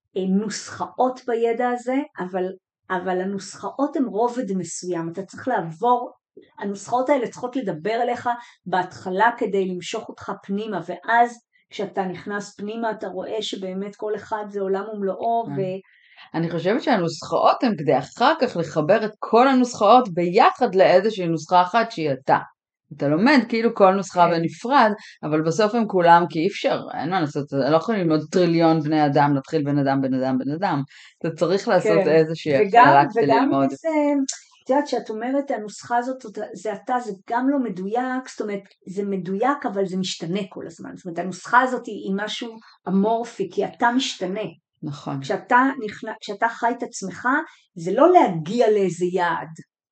נוסחאות בידע הזה, אבל, אבל הנוסחאות הן רובד מסוים. אתה צריך לעבור, הנוסחאות האלה צריכות לדבר אליך בהתחלה כדי למשוך אותך פנימה, ואז כשאתה נכנס פנימה אתה רואה שבאמת כל אחד זה עולם ומלואו. ו... אני חושבת שהנוסחאות הן כדי אחר כך לחבר את כל הנוסחאות ביחד לאיזושהי נוסחה אחת שהיא אתה. אתה לומד כאילו כל נוסחה בנפרד, אבל בסוף הם כולם, כי אי אפשר, אין מה לעשות, לא יכולים ללמוד טריליון בני אדם, להתחיל בן אדם, בן אדם, בן אדם. אתה צריך לעשות איזושהי הפעלה כדי ללמוד. וגם איזה, את יודעת שאת אומרת, הנוסחה הזאת, זה אתה, זה גם לא מדויק, זאת אומרת, זה מדויק, אבל זה משתנה כל הזמן. זאת אומרת, הנוסחה הזאת היא משהו אמורפי, כי אתה משתנה. נכון. כשאתה, כשאתה חי את עצמך, זה לא להגיע לאיזה יעד.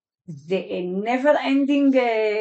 זה never ending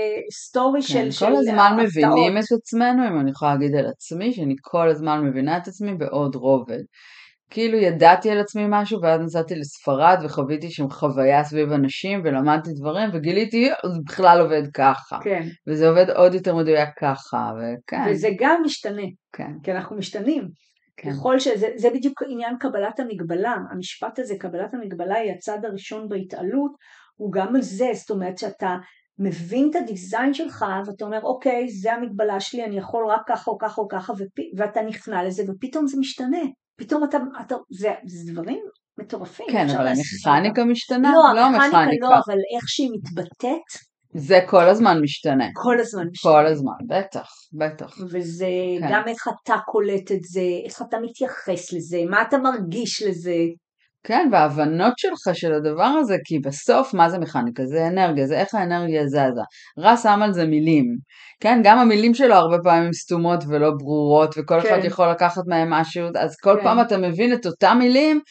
story של... כן, כל הזמן מבינים את עצמנו, אם אני יכולה להגיד על עצמי, שאני כל הזמן מבינה את עצמי בעוד רובד. כאילו ידעתי על עצמי משהו, ואז נסעתי לספרד וחוויתי שם חוויה סביב אנשים, ולמדתי דברים, וגיליתי, זה בכלל עובד ככה. כן. וזה עובד עוד יותר מדויק ככה, וכן. וזה גם משתנה. כן. כי אנחנו משתנים. כן. ככל שזה, זה בדיוק עניין קבלת המגבלה. המשפט הזה, קבלת המגבלה, היא הצד הראשון בהתעלות, הוא גם על זה, זאת אומרת שאתה מבין את הדיזיין שלך, ואתה אומר, אוקיי, זה המגבלה שלי, אני יכול רק ככה או ככה או ככה, ופ... ואתה נכנע לזה, ופתאום זה משתנה. פתאום אתה, אתה זה, זה דברים מטורפים. כן, אבל המכניקה משתנה, לא, לא המכניקה. המכניקה לא, אבל איך שהיא מתבטאת. זה כל הזמן משתנה. כל הזמן משתנה. כל הזמן, בטח, בטח. וזה כן. גם איך אתה קולט את זה, איך אתה מתייחס לזה, מה אתה מרגיש לזה. כן, וההבנות שלך של הדבר הזה, כי בסוף מה זה מכניקה? זה אנרגיה, זה איך האנרגיה זזה. רע שם על זה מילים. כן, גם המילים שלו הרבה פעמים סתומות ולא ברורות, וכל כן. אחד יכול לקחת מהם משהו, אז כל כן. פעם אתה מבין את אותם מילים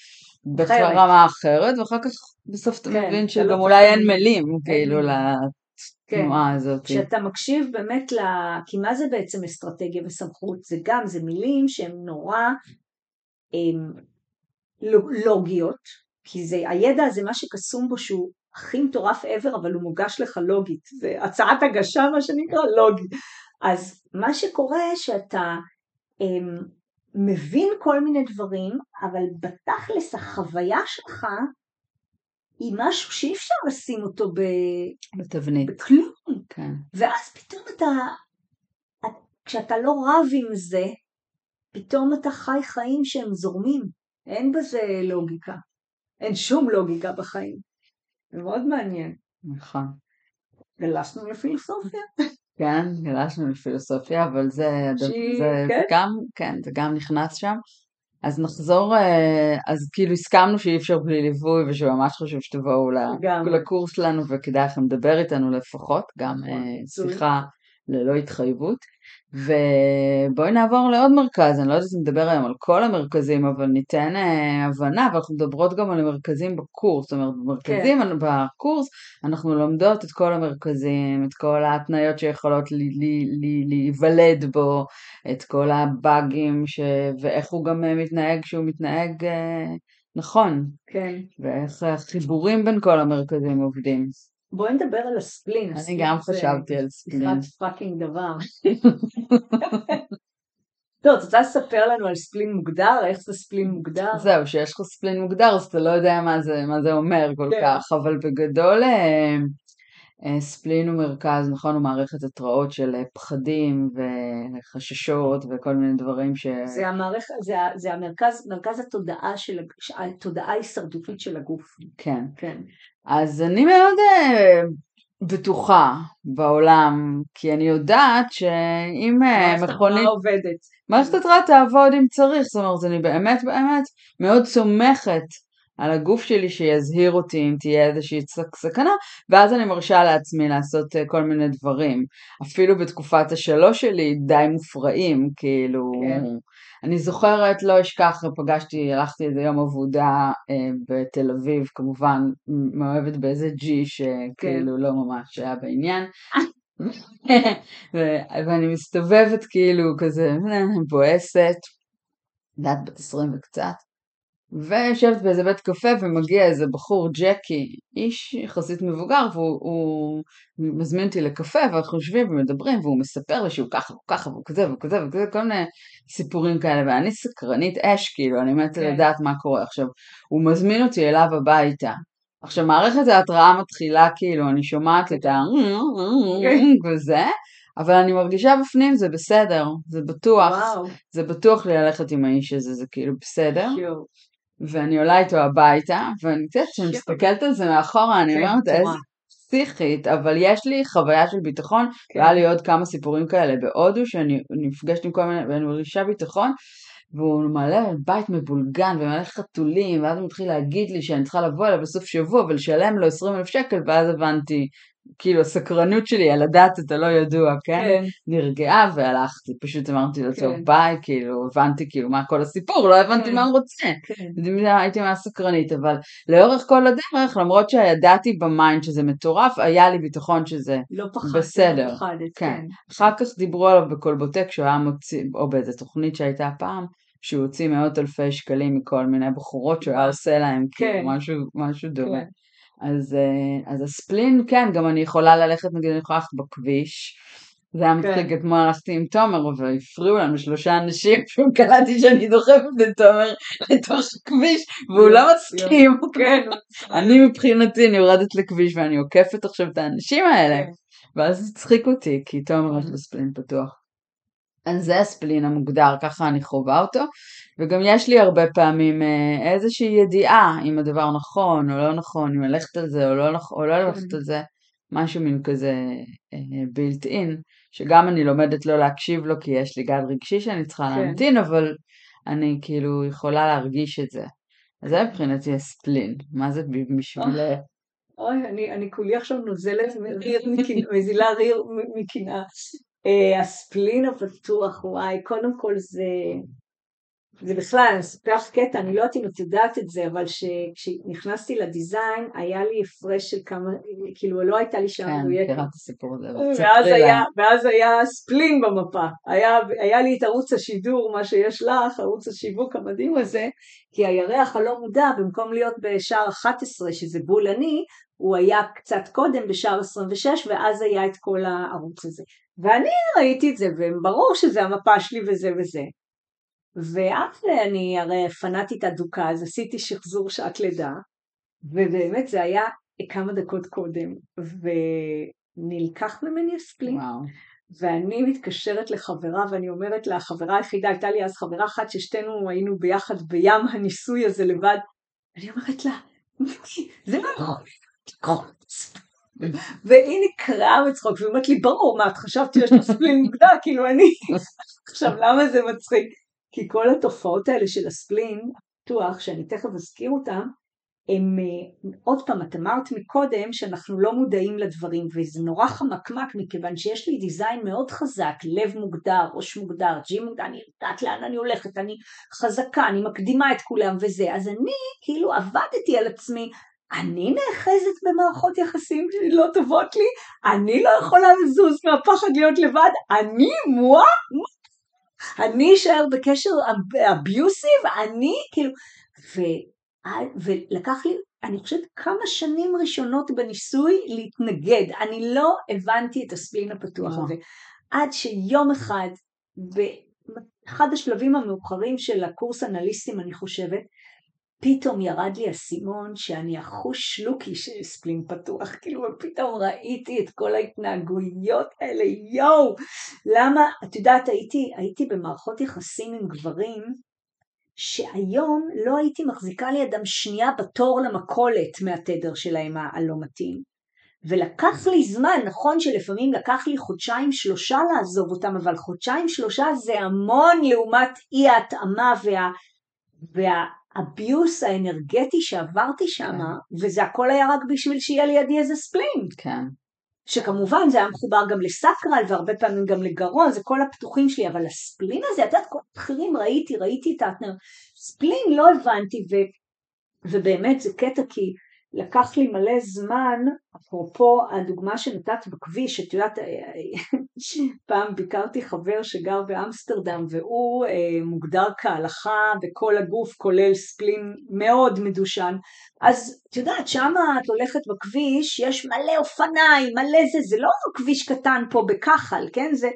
ברמה אחרת, ואחר כך בסוף אתה כן, מבין שגם לא אולי אין מילים, כאילו לתנועה כן. הזאת. כשאתה מקשיב באמת, לה... כי מה זה בעצם אסטרטגיה וסמכות? זה גם, זה מילים שהן נורא... הם... לוגיות, כי זה, הידע הזה מה שקסום בו שהוא הכי מטורף ever, אבל הוא מוגש לך לוגית, זה הצעת הגשה מה שנקרא לוגי. אז מה שקורה שאתה הם, מבין כל מיני דברים, אבל בתכלס החוויה שלך היא משהו שאי אפשר לשים אותו ב... בתבנית. בכלום. כן. ואז פתאום אתה, כשאתה לא רב עם זה, פתאום אתה חי חיים שהם זורמים. אין בזה לוגיקה. אין שום לוגיקה בחיים. זה מאוד מעניין. נכון. גלשנו לפילוסופיה. כן, גלשנו לפילוסופיה, אבל זה, שהיא, זה כן? גם, כן, זה גם נכנס שם. אז נחזור, אה, אז כאילו הסכמנו שאי אפשר בלי ליווי, ושממש חשוב שתבואו לגמרי. לקורס שלנו, וכדאי לכם לדבר איתנו לפחות, גם נכון, אה, מצוין. שיחה ללא התחייבות. ובואי נעבור לעוד מרכז, אני לא יודעת אם נדבר היום על כל המרכזים, אבל ניתן אה, הבנה, ואנחנו מדברות גם על המרכזים בקורס, זאת אומרת, במרכזים, בקורס, אנחנו לומדות את כל המרכזים, את כל ההתניות שיכולות לי- לי- לי- להיוולד בו, את כל הבאגים, ש... ואיך הוא גם אה, מתנהג, שהוא מתנהג אה, נכון, כן. ואיך החיבורים בין כל המרכזים עובדים. בואי נדבר על הספלין. אני הספלין גם זה חשבתי על ספלין. בכלל פאקינג דבר. טוב, את רוצה לספר לנו על ספלין מוגדר? איך זה ספלין מוגדר? זהו, שיש לך ספלין מוגדר, אז אתה לא יודע מה זה, מה זה אומר כל כן. כך, אבל בגדול אה, אה, ספלין הוא מרכז, נכון, הוא מערכת התראות של אה, פחדים וחששות וכל מיני דברים ש... זה המערכת, זה, ה- זה המרכז, מרכז התודעה של, הג- התודעה ההישרדותית של הגוף. כן. כן. אז אני מאוד אה, בטוחה בעולם, כי אני יודעת שאם אה, מערכת מכונית... התראה עובדת. מערכת התראה תעבוד אם צריך, זאת אומרת, אני באמת באמת מאוד סומכת על הגוף שלי שיזהיר אותי אם תהיה איזושהי סק- סכנה, ואז אני מרשה לעצמי לעשות אה, כל מיני דברים. אפילו בתקופת השלוש שלי די מופרעים, כאילו, כן. אני זוכרת, לא אשכח, פגשתי, הלכתי איזה יום עבודה אה, בתל אביב, כמובן מאוהבת באיזה ג'י שכאילו לא ממש היה בעניין. ו- ואני מסתובבת כאילו כזה אה, בועסת, דת בת עשרים וקצת, ויושבת באיזה בית קפה ומגיע איזה בחור ג'קי, איש יחסית מבוגר, והוא הוא מזמין אותי לקפה ואנחנו יושבים ומדברים והוא מספר לי שהוא ככה וככה והוא כזה וכזה וכזה, כל מיני סיפורים כאלה, ואני סקרנית אש, כאילו, אני מתה כן. לדעת מה קורה. עכשיו, הוא מזמין אותי אליו הביתה. עכשיו, מערכת ההתראה מתחילה, כאילו, אני שומעת את ה... וזה, אבל אני מרגישה בפנים, זה בסדר, זה בטוח, וואו. זה בטוח לי ללכת עם האיש הזה, זה כאילו בסדר. שיו. ואני עולה איתו הביתה, ואני יודעת שאני מסתכלת על זה מאחורה, אני כן, אומרת, תורה. איזה פסיכית, אבל יש לי חוויה של ביטחון, כן. והיה לי עוד כמה סיפורים כאלה בהודו, שאני נפגשת עם כל מיני, ואני מרגישה ביטחון, והוא מלא בית מבולגן ומלא חתולים, ואז הוא מתחיל להגיד לי שאני צריכה לבוא אליו בסוף שבוע ולשלם לו עשרים אלף שקל, ואז הבנתי, כאילו הסקרנות שלי על לדעת את הלא ידוע, כן? כן. נרגעה והלכתי, פשוט אמרתי לו, טוב כן. ביי, כאילו הבנתי כאילו מה כל הסיפור, לא הבנתי כן. מה הוא רוצה, כן. הייתי מהסקרנית, אבל לאורך כל הדרך, למרות שידעתי במיינד שזה מטורף, היה לי ביטחון שזה לא פחדת, בסדר. לא פחדת, כן. כן. אחר כך דיברו עליו בקולבוטק, שהוא היה מוציא, או באיזה תוכנית שהייתה פעם, שהוא הוציא מאות אלפי שקלים מכל מיני בחורות שהוא היה עושה להם, כן. כאילו משהו, משהו דומה. כן. אז, אה, אז הספלין, כן, גם אני יכולה ללכת, נגיד, אני יכולה ללכת בכביש. זה היה מצחיק, כן. אתמול הלכתי עם תומר, והפריעו לנו שלושה אנשים, וקלטתי שאני דוחפת את תומר לתוך הכביש, והוא לא מסכים. כן. אני מבחינתי, אני יורדת לכביש, ואני עוקפת עכשיו את האנשים האלה. כן. ואז זה הצחיק אותי, כי תומר יש לו ספלין פתוח. אז זה הספלין המוגדר, ככה אני חווה אותו, וגם יש לי הרבה פעמים אה, איזושהי ידיעה אם הדבר נכון או לא נכון, אם ללכת על זה או לא, או לא ללכת על זה, משהו מין כזה בילט אין, שגם אני לומדת לא להקשיב לו כי יש לי גל רגשי שאני צריכה להמתין, אבל אני כאילו יכולה להרגיש את זה. אז זה מבחינתי הספלין, מה זה בשביל... אוי, אני, אני כולי עכשיו נוזלת ריר מקנאה, מזילה ריר מקנאה. Uh, הספלין הפתוח, וואי, קודם כל זה, זה בכלל, אני אספר לך קטע, אני לא יודעת אם את יודעת את זה, אבל כשנכנסתי לדיזיין, היה לי הפרש של כמה, כאילו לא הייתה לי שעה מדויקת. כן, קראת את הסיפור הזה. ואז היה, ואז היה ספלין במפה, היה, היה לי את ערוץ השידור, מה שיש לך, ערוץ השיווק המדהים הזה, כי הירח הלא מודע, במקום להיות בשער אחת עשרה, שזה בולני, הוא היה קצת קודם בשער עשרים ושש, ואז היה את כל הערוץ הזה. ואני ראיתי את זה, וברור שזה המפה שלי וזה וזה. ואז אני הרי פנאטית אדוקה, אז עשיתי שחזור שעת לידה, ובאמת זה היה כמה דקות קודם, ונלקח ממני הספלין, וואו. ואני מתקשרת לחברה, ואני אומרת לה, החברה היחידה, הייתה לי אז חברה אחת ששתינו היינו ביחד בים הניסוי הזה לבד, אני אומרת לה, זה לא יכול לקרות. והיא נקראה מצחוק, והיא אומרת לי, ברור, מה, את חשבת שיש לך ספלין מוגדר? כאילו אני, עכשיו למה זה מצחיק? כי כל התופעות האלה של הספלין, פתוח, שאני תכף אזכיר אותם, הם, עוד פעם, את אמרת מקודם שאנחנו לא מודעים לדברים, וזה נורא חמקמק, מכיוון שיש לי דיזיין מאוד חזק, לב מוגדר, ראש מוגדר, ג'י מוגדר, אני יודעת לאן אני הולכת, אני חזקה, אני מקדימה את כולם וזה, אז אני כאילו עבדתי על עצמי, אני נאחזת במערכות יחסים שלא טובות לי, אני לא יכולה לזוז מהפחד להיות לבד, אני מואה, אני אשאר בקשר אביוסיב, אני כאילו, ו... ולקח לי, אני חושבת, כמה שנים ראשונות בניסוי להתנגד. אני לא הבנתי את הספלין הפתוח הזה. עד שיום אחד, באחד השלבים המאוחרים של הקורס אנליסטים, אני חושבת, פתאום ירד לי הסימון שאני אחוש שלוקי של ספלין פתוח. כאילו, פתאום ראיתי את כל ההתנהגויות האלה. יואו! למה? את יודעת, הייתי, הייתי במערכות יחסים עם גברים, שהיום לא הייתי מחזיקה לידם שנייה בתור למקולת מהתדר שלהם הלא מתאים. ולקח לי זמן, נכון שלפעמים לקח לי חודשיים שלושה לעזוב אותם, אבל חודשיים שלושה זה המון לעומת אי ההתאמה וה, והאביוס האנרגטי שעברתי שם, כן. וזה הכל היה רק בשביל שיהיה לידי איזה ספלין. כן. שכמובן זה היה מחובר גם לסקרל והרבה פעמים גם לגרון, זה כל הפתוחים שלי, אבל הספלין הזה, את יודעת, כל הבחירים ראיתי, ראיתי את האטנר, ספלין לא הבנתי, ו, ובאמת זה קטע כי לקח לי מלא זמן, אפרופו הדוגמה שנתת בכביש, את יודעת, פעם ביקרתי חבר שגר באמסטרדם, והוא אה, מוגדר כהלכה בכל הגוף, כולל ספלין מאוד מדושן, אז את יודעת, שמה את הולכת בכביש, יש מלא אופניים, מלא זה, זה לא כביש קטן פה בכחל, כן, זה,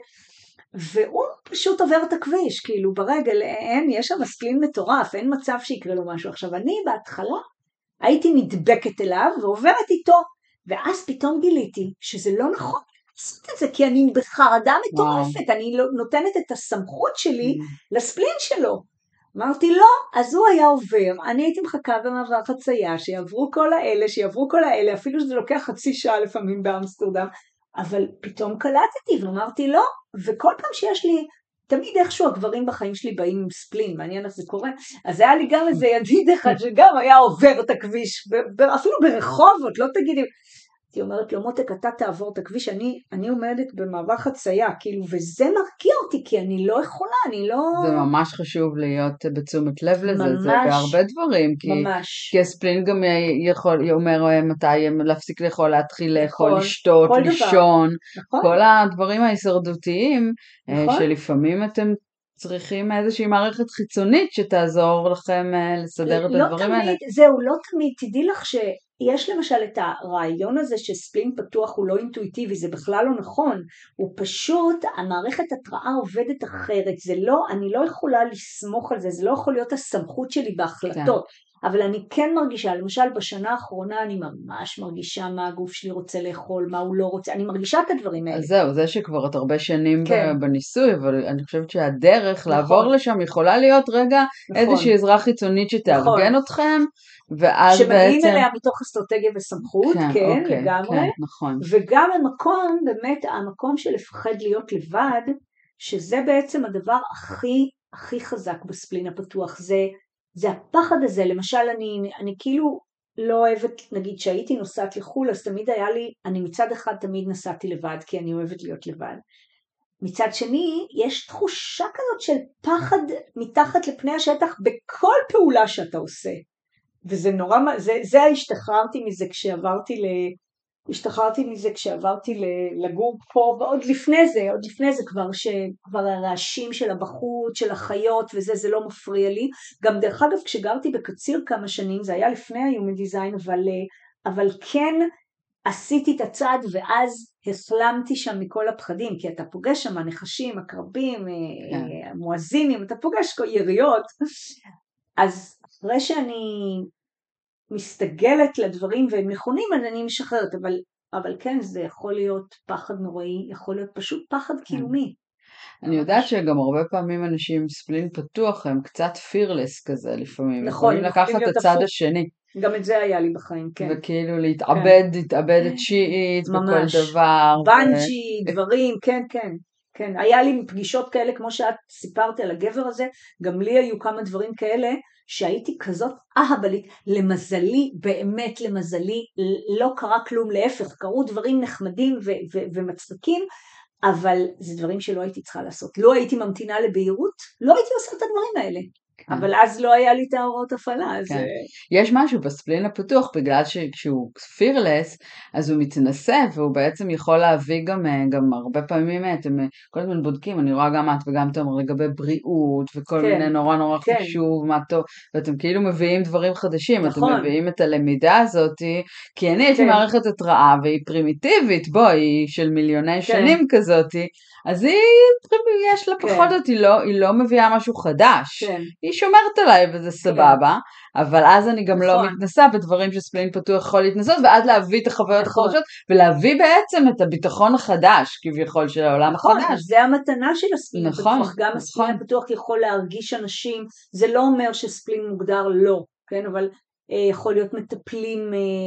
והוא פשוט עובר את הכביש, כאילו ברגל, אין, יש שם ספלין מטורף, אין מצב שיקרה לו משהו. עכשיו אני בהתחלה, הייתי נדבקת אליו ועוברת איתו, ואז פתאום גיליתי שזה לא נכון לעשות את זה, כי אני בחרדה מטורפת, אני נותנת את הסמכות שלי לספלין שלו. אמרתי לא, אז הוא היה עובר, אני הייתי מחכה במעבר חצייה, שיעברו כל האלה, שיעברו כל האלה, אפילו שזה לוקח חצי שעה לפעמים באמסטרדם, אבל פתאום קלטתי ואמרתי לא, וכל פעם שיש לי, תמיד איכשהו הגברים בחיים שלי באים עם ספלין, מעניין איך זה קורה, אז היה לי גם איזה ידיד אחד שגם היה עובר את הכביש, אפילו ברחובות, לא תגידי, היא אומרת לו, מותק, אתה תעבור את הכביש, אני, אני עומדת במעבר חצייה, כאילו, וזה מרגיע אותי, כי אני לא יכולה, אני לא... זה ממש חשוב להיות בתשומת לב לזה, ממש, זה בהרבה דברים, כי, ממש. כי הספלין גם יכול, אומר מתי להפסיק לאכול, להתחיל לאכול, נכון, לשתות, לישון, נכון. כל הדברים ההישרדותיים, נכון. שלפעמים אתם צריכים איזושהי מערכת חיצונית שתעזור לכם לסדר לא את הדברים תמיד, האלה. זהו, לא תמיד, תדעי לך ש... יש למשל את הרעיון הזה שספלין פתוח הוא לא אינטואיטיבי, זה בכלל לא נכון, הוא פשוט, המערכת התראה עובדת אחרת, זה לא, אני לא יכולה לסמוך על זה, זה לא יכול להיות הסמכות שלי בהחלטות, כן. אבל אני כן מרגישה, למשל בשנה האחרונה אני ממש מרגישה מה הגוף שלי רוצה לאכול, מה הוא לא רוצה, אני מרגישה את הדברים האלה. אז זהו, זה שכבר את הרבה שנים כן. בניסוי, אבל אני חושבת שהדרך נכון. לעבור לשם יכולה להיות רגע נכון. איזושהי עזרה חיצונית שתארגן נכון. אתכם, ואז שמגיעים בעצם... אליה מתוך אסטרטגיה וסמכות, כן, כן אוקיי, לגמרי, כן, נכון. וגם המקום, באמת המקום של לפחד להיות לבד, שזה בעצם הדבר הכי, הכי חזק בספלין הפתוח, זה, זה הפחד הזה, למשל אני, אני כאילו לא אוהבת, נגיד שהייתי נוסעת לחול, אז תמיד היה לי, אני מצד אחד תמיד נסעתי לבד, כי אני אוהבת להיות לבד, מצד שני, יש תחושה כזאת של פחד מתחת לפני השטח, בכל פעולה שאתה עושה, וזה נורא, זה, זה השתחררתי מזה כשעברתי ל... השתחררתי מזה כשעברתי לגור פה, ועוד לפני זה, עוד לפני זה כבר, שכבר הרעשים של הבחוץ, של החיות וזה, זה לא מפריע לי. גם דרך אגב, כשגרתי בקציר כמה שנים, זה היה לפני Human Design, אבל, אבל כן עשיתי את הצעד, ואז החלמתי שם מכל הפחדים, כי אתה פוגש שם נחשים, עקרבים, כן. מואזינים, אתה פוגש כל יריות. אז אחרי שאני מסתגלת לדברים והם נכונים, אז אני משחררת, אבל, אבל כן, זה יכול להיות פחד נוראי, יכול להיות פשוט פחד קיומי. אני יודעת שגם הרבה פעמים אנשים עם ספלין פתוח, הם קצת פירלס כזה לפעמים, נכון, יכולים לקחת את הצד השני. גם את זה היה לי בחיים, כן. וכאילו להתאבד, כן. להתאבדת שיעית בכל דבר. בנג'י, ו... דברים, כן, כן. כן, היה לי פגישות כאלה, כמו שאת סיפרת על הגבר הזה, גם לי היו כמה דברים כאלה, שהייתי כזאת אהבלית, למזלי, באמת למזלי, לא קרה כלום, להפך, קרו דברים נחמדים ו- ו- ומצחיקים, אבל זה דברים שלא הייתי צריכה לעשות. לא הייתי ממתינה לבהירות, לא הייתי עושה את הדברים האלה. כן. אבל אז לא היה לי את ההוראות הפעלה. אז... כן. יש משהו בספלין הפתוח, בגלל שכשהוא פירלס, אז הוא מתנסה, והוא בעצם יכול להביא גם, גם הרבה פעמים, אתם כל הזמן בודקים, אני רואה גם את וגם תומר, לגבי בריאות, וכל כן. מיני נורא נורא כן. חשוב, מה טוב, ואתם כאילו מביאים דברים חדשים, נכון. אתם מביאים את הלמידה הזאת, כי אני הייתי כן. מערכת התראה, והיא פרימיטיבית, בוא, היא של מיליוני כן. שנים כזאת, אז היא, יש לה פחות כן. אותי, לא, היא לא מביאה משהו חדש, כן. היא שומרת עליי וזה סבבה, כן. אבל אז אני גם נכון. לא מתנסה בדברים שספלין פתוח יכול להתנסות, ואז להביא את החוויות נכון. החדשות, ולהביא בעצם את הביטחון החדש, כביכול של העולם נכון, החדש. נכון, זה המתנה של הספלין נכון, הפתוח, גם נכון. הספלין הפתוח יכול להרגיש אנשים, זה לא אומר שספלין מוגדר לא, כן, אבל יכול להיות מטפלים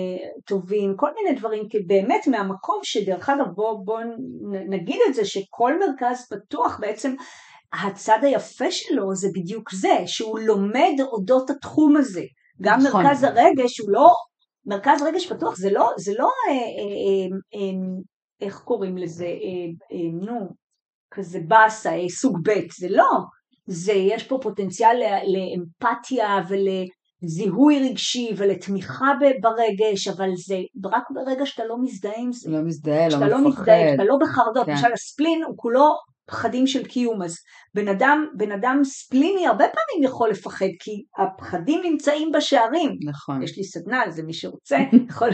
טובים, כל מיני דברים, כי באמת מהמקום שדרך אגב, בוא, בוא נגיד את זה, שכל מרכז פתוח בעצם, הצד היפה שלו זה בדיוק זה, שהוא לומד אודות התחום הזה. גם נכון. מרכז הרגש הוא לא, מרכז רגש פתוח זה לא, זה לא, אה, אה, אה, איך קוראים לזה, אה, אה, נו, כזה בסה, אה, סוג ב', זה לא. זה, יש פה פוטנציאל לאמפתיה ולזיהוי רגשי ולתמיכה ברגש, אבל זה רק ברגע שאתה לא מזדהה עם זה. לא מזדהה, לא מפחד. לא מזדהה, שאתה לא בחרדות, כן. למשל הספלין הוא כולו, פחדים של קיום, אז בן אדם, בן אדם ספליני הרבה פעמים יכול לפחד, כי הפחדים נמצאים בשערים. נכון. יש לי סדנה על זה, מי שרוצה יכול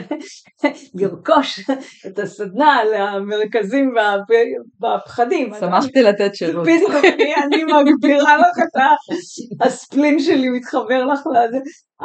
לרכוש את הסדנה על המרכזים והפחדים. שמחתי לתת שירות. בדיוק, אני מגבירה לך את הספלין שלי, מתחבר לך לזה.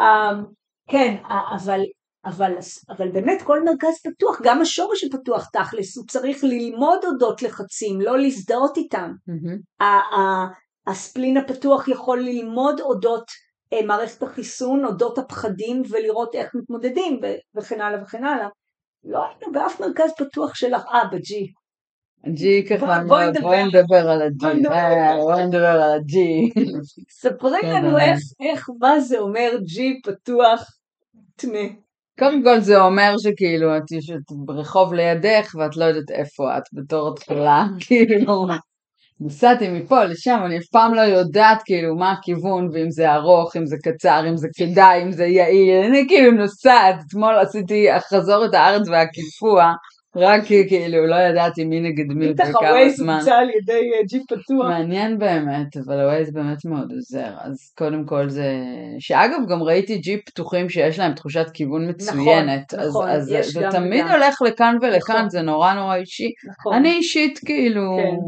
כן, אבל... אבל, אבל באמת כל מרכז פתוח, גם השורש שפתוח תכלס, הוא צריך ללמוד אודות לחצים, לא להזדהות איתם. Mm-hmm. הספלין הפתוח יכול ללמוד אודות אה, מערכת החיסון, אודות הפחדים, ולראות איך מתמודדים, וכן הלאה וכן הלאה. לא היינו באף מרכז פתוח שלך, אה, בג'י. ג'י ככה, בואי נדבר על הג'י, בואי נדבר על הג'י. ספרי לנו איך, מה זה אומר ג'י פתוח תמה. קודם כל זה אומר שכאילו את יושבת ברחוב לידך ואת לא יודעת איפה את בתור התחלה, כאילו נסעתי מפה לשם, אני אף פעם לא יודעת כאילו מה הכיוון, ואם זה ארוך, אם זה קצר, אם זה כדאי, אם זה יעיל, אני כאילו נוסעת, אתמול עשיתי חזור את הארץ והקיפוע, רק כאילו לא ידעתי מי נגד מי וכמה זמן. הווייז הוצא על ידי ג'יפ פתוח. מעניין באמת, אבל הווייז באמת מאוד עוזר. אז קודם כל זה, שאגב גם ראיתי ג'יפ פתוחים שיש להם תחושת כיוון מצוינת. נכון, נכון. אז זה תמיד הולך לכאן ולכאן, זה נורא נורא אישי. אני אישית כאילו...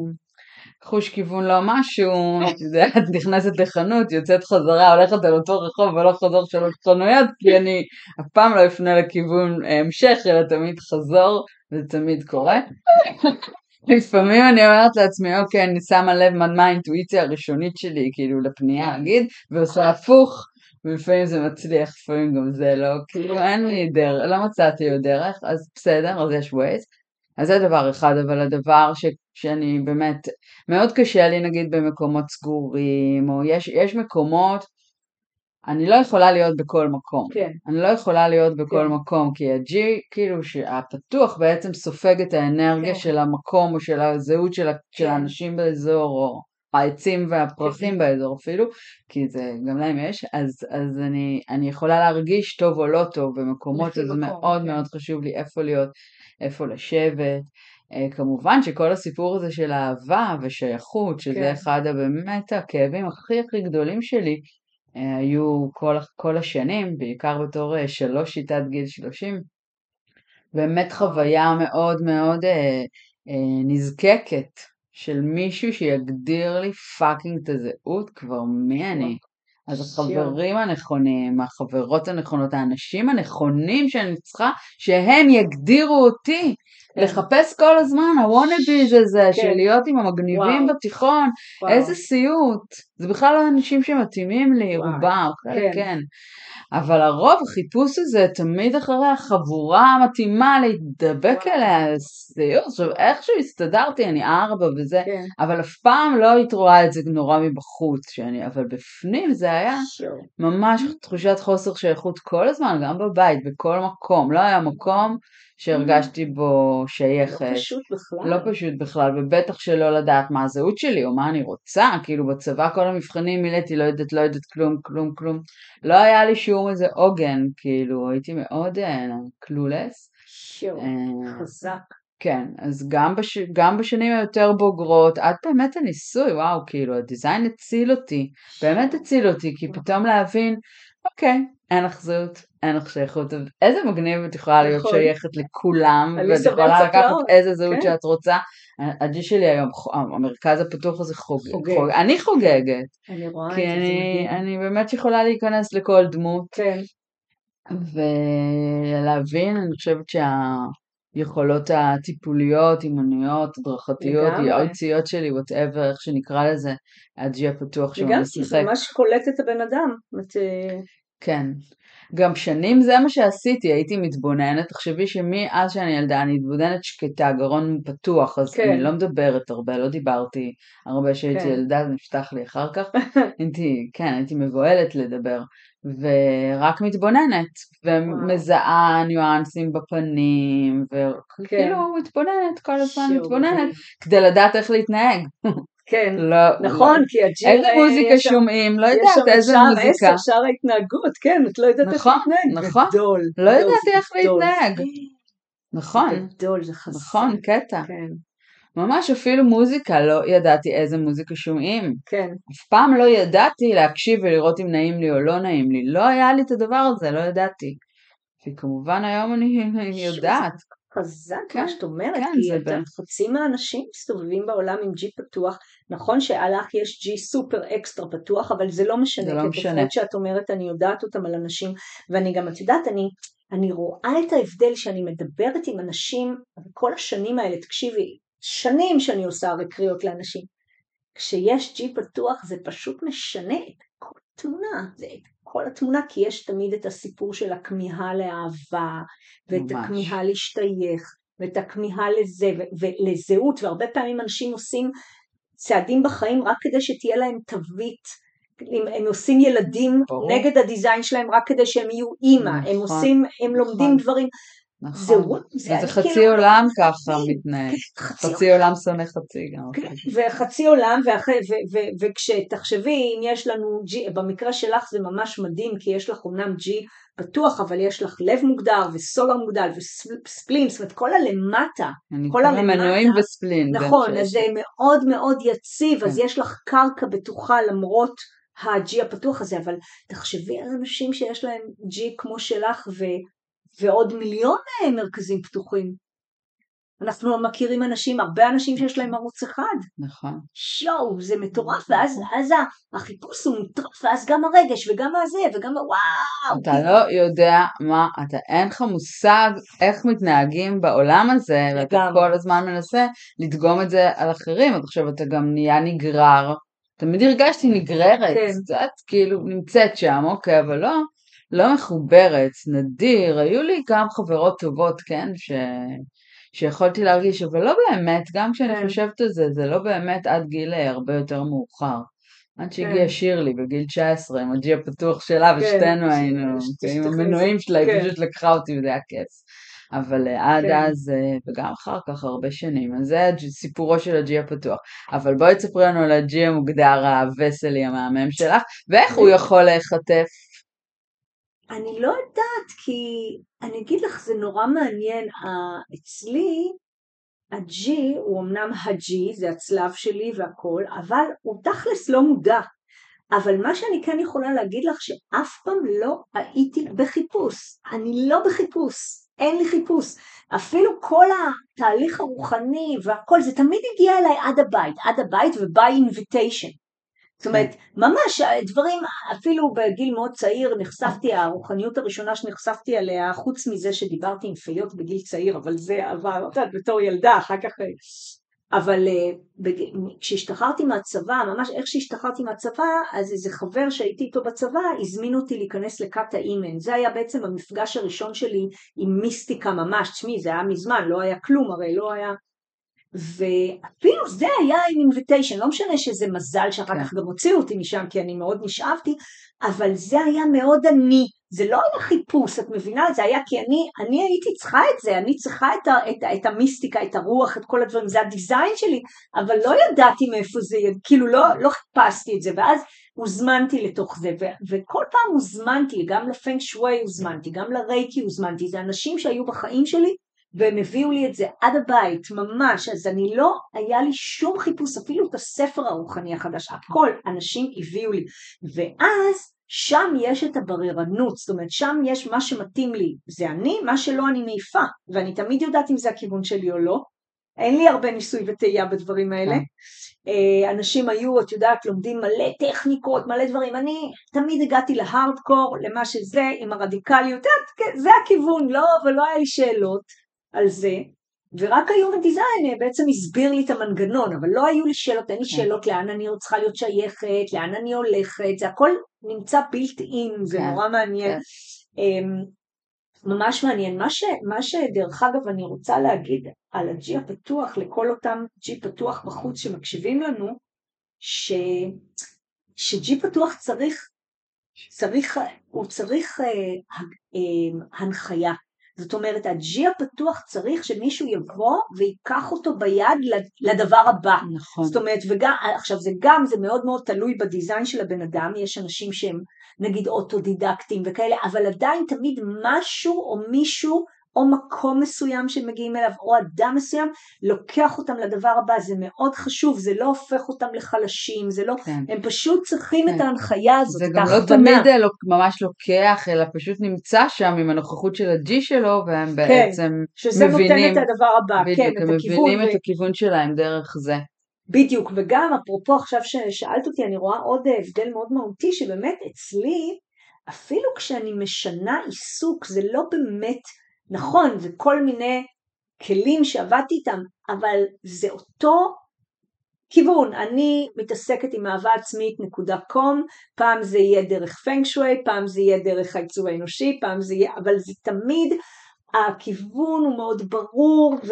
חוש כיוון לא משהו, את נכנסת לחנות, יוצאת חזרה, הולכת על אותו רחוב ולא חזור שלוש חנויות, כי אני אף פעם לא אפנה לכיוון המשך, אלא תמיד חזור, וזה תמיד קורה. לפעמים אני אומרת לעצמי, אוקיי, אני שמה לב מה האינטואיציה הראשונית שלי, כאילו לפנייה, אגיד, ועושה הפוך, ולפעמים זה מצליח, לפעמים גם זה לא, כאילו אין לי דרך, לא מצאתי עוד דרך, אז בסדר, אז יש ווייז. אז זה דבר אחד, אבל הדבר ש, שאני באמת, מאוד קשה לי נגיד במקומות סגורים, או יש, יש מקומות, אני לא יכולה להיות בכל מקום. כן. אני לא יכולה להיות בכל כן. מקום, כי הג'י, כאילו שהפתוח בעצם סופג את האנרגיה כן. של המקום, או של הזהות של, כן. של האנשים באזור, או העצים והפרחים כן. באזור אפילו, כי זה גם להם יש, אז, אז אני, אני יכולה להרגיש טוב או לא טוב במקומות, אז מקום, מאוד כן. מאוד חשוב לי איפה להיות, איפה לשבת. כמובן שכל הסיפור הזה של אהבה ושייכות, שזה כן. אחד באמת הכאבים הכי הכי גדולים שלי, היו כל, כל השנים, בעיקר בתור שלוש שיטת גיל שלושים, באמת חוויה מאוד מאוד אה, אה, נזקקת של מישהו שיגדיר לי פאקינג את הזהות כבר מי אני. אז החברים הנכונים, החברות הנכונות, האנשים הנכונים שאני צריכה, שהם יגדירו אותי. כן. לחפש כל הזמן, הוונאביז הזה, כן. של להיות עם המגניבים וואו. בתיכון, וואו. איזה סיוט, זה בכלל לא אנשים שמתאימים לי, וואו. רובם, כן. כן. אבל הרוב, החיפוש הזה, תמיד אחרי החבורה המתאימה להתדבק וואו. אליה, סיוט, עכשיו איכשהו הסתדרתי, אני ארבע וזה, כן. אבל אף פעם לא התרואה את זה נורא מבחוץ, שאני, אבל בפנים זה היה שור. ממש תחושת חוסר שייכות כל הזמן, גם בבית, בכל מקום, לא היה מקום שהרגשתי בו שייכת. לא פשוט בכלל. לא פשוט בכלל, ובטח שלא לדעת מה הזהות שלי, או מה אני רוצה, כאילו בצבא כל המבחנים מילאתי, לא יודעת, לא יודעת כלום, כלום, כלום. לא היה לי שום איזה עוגן, כאילו, הייתי מאוד קלולס. שור, חזק. כן, אז גם, בש... גם בשנים היותר בוגרות, עד באמת הניסוי, וואו, כאילו, הדיזיין הציל אותי, באמת הציל אותי, כי פתאום להבין, אוקיי, אין לך זהות, אין לך שייכות, איזה מגניב את יכולה להיות שייכת לכולם, ואת יכולה לקחת איזה זהות שאת רוצה. הג'י שלי היום, המרכז הפתוח הזה חוגג, חוגג. אני חוגגת, אני רואה כי את אני, אני באמת יכולה להיכנס לכל דמות, כן. ולהבין, אני חושבת שהיכולות הטיפוליות, אימוניות, הדרכתיות, יועציות שלי, whatever, איך שנקרא לזה, הג'י הפתוח שהוא משחק. וגם זה ממש קולט את הבן אדם. את... כן. גם שנים זה מה שעשיתי, הייתי מתבוננת, תחשבי שמאז שאני ילדה, אני מתבוננת שקטה, גרון פתוח, אז כן. אני לא מדברת הרבה, לא דיברתי הרבה שהייתי כן. ילדה, זה נפתח לי אחר כך, הייתי, כן, הייתי מבועלת לדבר, ורק מתבוננת, ומזהה ניואנסים בפנים, וכאילו כן. מתבוננת, כל הזמן מתבוננת, כדי לדעת איך להתנהג. כן, לא, נכון, לא. כי הג'י... איזה מוזיקה שומעים, לא יודעת איזה מוזיקה. יש שם שער עשר, שער ההתנהגות, כן, את לא יודעת נכון, איך להתנהג. נכון, גדול. לא ידעתי איך להתנהג. נכון. זה גדול, זה חסר. נכון, קטע. כן. ממש אפילו מוזיקה, לא ידעתי איזה מוזיקה שומעים. כן. אף פעם לא ידעתי להקשיב ולראות אם נעים לי או לא נעים לי. לא היה לי את הדבר הזה, לא ידעתי. וכמובן היום אני יודעת. חזק כן, מה שאת אומרת, כן, כי את ב... חצי מהאנשים מסתובבים בעולם עם ג'י פתוח, נכון שעלך יש ג'י סופר אקסטרה פתוח, אבל זה לא משנה, זה לא משנה. כתופעות שאת אומרת, אני יודעת אותם על אנשים, ואני גם, את יודעת, אני, אני רואה את ההבדל שאני מדברת עם אנשים, כל השנים האלה, תקשיבי, שנים שאני עושה רקריות לאנשים, כשיש ג'י פתוח זה פשוט משנה את כל התמונה, זה את כל התמונה, כי יש תמיד את הסיפור של הכמיהה לאהבה, ואת ממש. הכמיהה להשתייך, ואת הכמיהה לזה, ולזהות, והרבה פעמים אנשים עושים צעדים בחיים רק כדי שתהיה להם תווית, הם עושים ילדים ברור. נגד הדיזיין שלהם רק כדי שהם יהיו אימא, נכון, הם עושים, הם נכון. לומדים דברים, נכון, זהות, זה וזה חצי כאילו עולם ככה מתנהג, חצי, חצי עולם שונא חצי גם. כן, וחצי עולם, וכשתחשבי אם יש לנו ג'י, במקרה שלך זה ממש מדהים, כי יש לך אומנם ג'י פתוח, אבל יש לך לב מוגדר וסולר מוגדל וספלין, זאת אומרת כל הלמטה, כל המנועים וספלין. נכון, אז זה מאוד מאוד יציב, אז יש לך קרקע בטוחה למרות הג'י הפתוח הזה, אבל תחשבי על אנשים שיש להם ג'י כמו שלך ו... ועוד מיליון מרכזים פתוחים. אנחנו מכירים אנשים, הרבה אנשים שיש להם ערוץ אחד. נכון. שואו, זה מטורף, ואז, ואז החיפוש הוא מטורף, ואז גם הרגש, וגם הזה, וגם וואו. אתה לא יודע מה, אתה אין לך מושג איך מתנהגים בעולם הזה, ואתה כל הזמן מנסה לדגום את זה על אחרים, אז עכשיו אתה גם נהיה נגרר. תמיד הרגשתי נגררת, כן. את כאילו נמצאת שם, אוקיי, אבל לא. לא מחוברת, נדיר, היו לי גם חברות טובות, כן, ש... שיכולתי להרגיש, אבל לא באמת, גם כשאני כן. חושבת על זה, זה לא באמת עד גיל הרבה יותר מאוחר. עד שהגיע כן. שירלי בגיל תשע עשרה, עם הג'י הפתוח שלה, כן. ושתינו היינו, ש... עם המנועים שלה, כן. היא פשוט לקחה אותי וזה היה כיף. אבל עד כן. אז, וגם אחר כך הרבה שנים, אז זה סיפורו של הג'י הפתוח. אבל בואי תספרי לנו על הג'י המוגדר, הווסלי המאמם שלך, ואיך הוא יכול להיחטף? אני לא יודעת, כי אני אגיד לך, זה נורא מעניין, אצלי, הג'י הוא אמנם הג'י, זה הצלב שלי והכל, אבל הוא תכלס לא מודע. אבל מה שאני כן יכולה להגיד לך, שאף פעם לא הייתי בחיפוש. אני לא בחיפוש, אין לי חיפוש. אפילו כל התהליך הרוחני והכל, זה תמיד הגיע אליי עד הבית, עד הבית וby invitation. זאת אומרת, ממש דברים, אפילו בגיל מאוד צעיר נחשפתי, הרוחניות הראשונה שנחשפתי עליה, חוץ מזה שדיברתי עם פיות בגיל צעיר, אבל זה עבר, לא יודעת, בתור ילדה, אחר כך, אבל כשהשתחררתי מהצבא, ממש איך שהשתחררתי מהצבא, אז איזה חבר שהייתי איתו בצבא, הזמין אותי להיכנס לכת האימן, זה היה בעצם המפגש הראשון שלי עם מיסטיקה ממש, תשמעי, זה היה מזמן, לא היה כלום, הרי לא היה, ואפילו זה היה עם invitation, לא משנה שזה מזל שאחר כך גם הוציאו אותי משם, כי אני מאוד נשאבתי, אבל זה היה מאוד אני, זה לא היה חיפוש, את מבינה? זה היה כי אני, אני הייתי צריכה את זה, אני צריכה את, ה, את, ה, את המיסטיקה, את הרוח, את כל הדברים, זה הדיזיין שלי, אבל לא ידעתי מאיפה זה, כאילו לא, לא חיפשתי את זה, ואז הוזמנתי לתוך זה, ו, וכל פעם הוזמנתי, גם לפנג שווי הוזמנתי, גם לרייקי הוזמנתי, זה אנשים שהיו בחיים שלי, והם הביאו לי את זה עד הבית, ממש, אז אני לא, היה לי שום חיפוש, אפילו את הספר הרוחני החדש, הכל אנשים הביאו לי, ואז שם יש את הבררנות, זאת אומרת, שם יש מה שמתאים לי, זה אני, מה שלא אני מעיפה, ואני תמיד יודעת אם זה הכיוון שלי או לא, אין לי הרבה ניסוי וטעייה בדברים האלה, אנשים היו, את יודעת, לומדים מלא טכניקות, מלא דברים, אני תמיד הגעתי להארדקור, למה שזה, עם הרדיקליות, זה הכיוון, לא, ולא היה לי שאלות, על זה, ורק היום הדיזיין בעצם הסביר לי את המנגנון, אבל לא היו לי שאלות, אין לי שאלות לאן אני צריכה להיות שייכת, לאן אני הולכת, זה הכל נמצא בילט אין, זה נורא מעניין, ממש מעניין. מה ש, מה שדרך אגב אני רוצה להגיד על הג'י הפתוח, לכל אותם ג'י פתוח בחוץ שמקשיבים לנו, ש, שג'י פתוח צריך, צריך, הוא צריך אה, אה, הנחיה, זאת אומרת, הג'י הפתוח צריך שמישהו יבוא ויקח אותו ביד לדבר הבא. נכון. זאת אומרת, וגם, עכשיו זה גם, זה מאוד מאוד תלוי בדיזיין של הבן אדם, יש אנשים שהם נגיד אוטודידקטים וכאלה, אבל עדיין תמיד משהו או מישהו או מקום מסוים שמגיעים אליו, או אדם מסוים, לוקח אותם לדבר הבא, זה מאוד חשוב, זה לא הופך אותם לחלשים, זה לא, כן. הם פשוט צריכים כן. את ההנחיה הזאת, זה גם לא תמיד לא, ממש לוקח, אלא פשוט נמצא שם עם הנוכחות של הג'י שלו, והם כן. בעצם שזה מבינים, נותן את הדבר הבא, בדיוק, כן, הם את הכיוון. מבינים ו... את הכיוון שלהם דרך זה. בדיוק, וגם אפרופו עכשיו ששאלת אותי, אני רואה עוד הבדל מאוד מהותי, שבאמת אצלי, אפילו כשאני משנה עיסוק, זה לא באמת, נכון, זה כל מיני כלים שעבדתי איתם, אבל זה אותו כיוון. אני מתעסקת עם אהבה עצמית נקודה קום, פעם זה יהיה דרך פנג שווי, פעם זה יהיה דרך העיצוב האנושי, פעם זה יהיה, אבל זה תמיד, הכיוון הוא מאוד ברור, ו,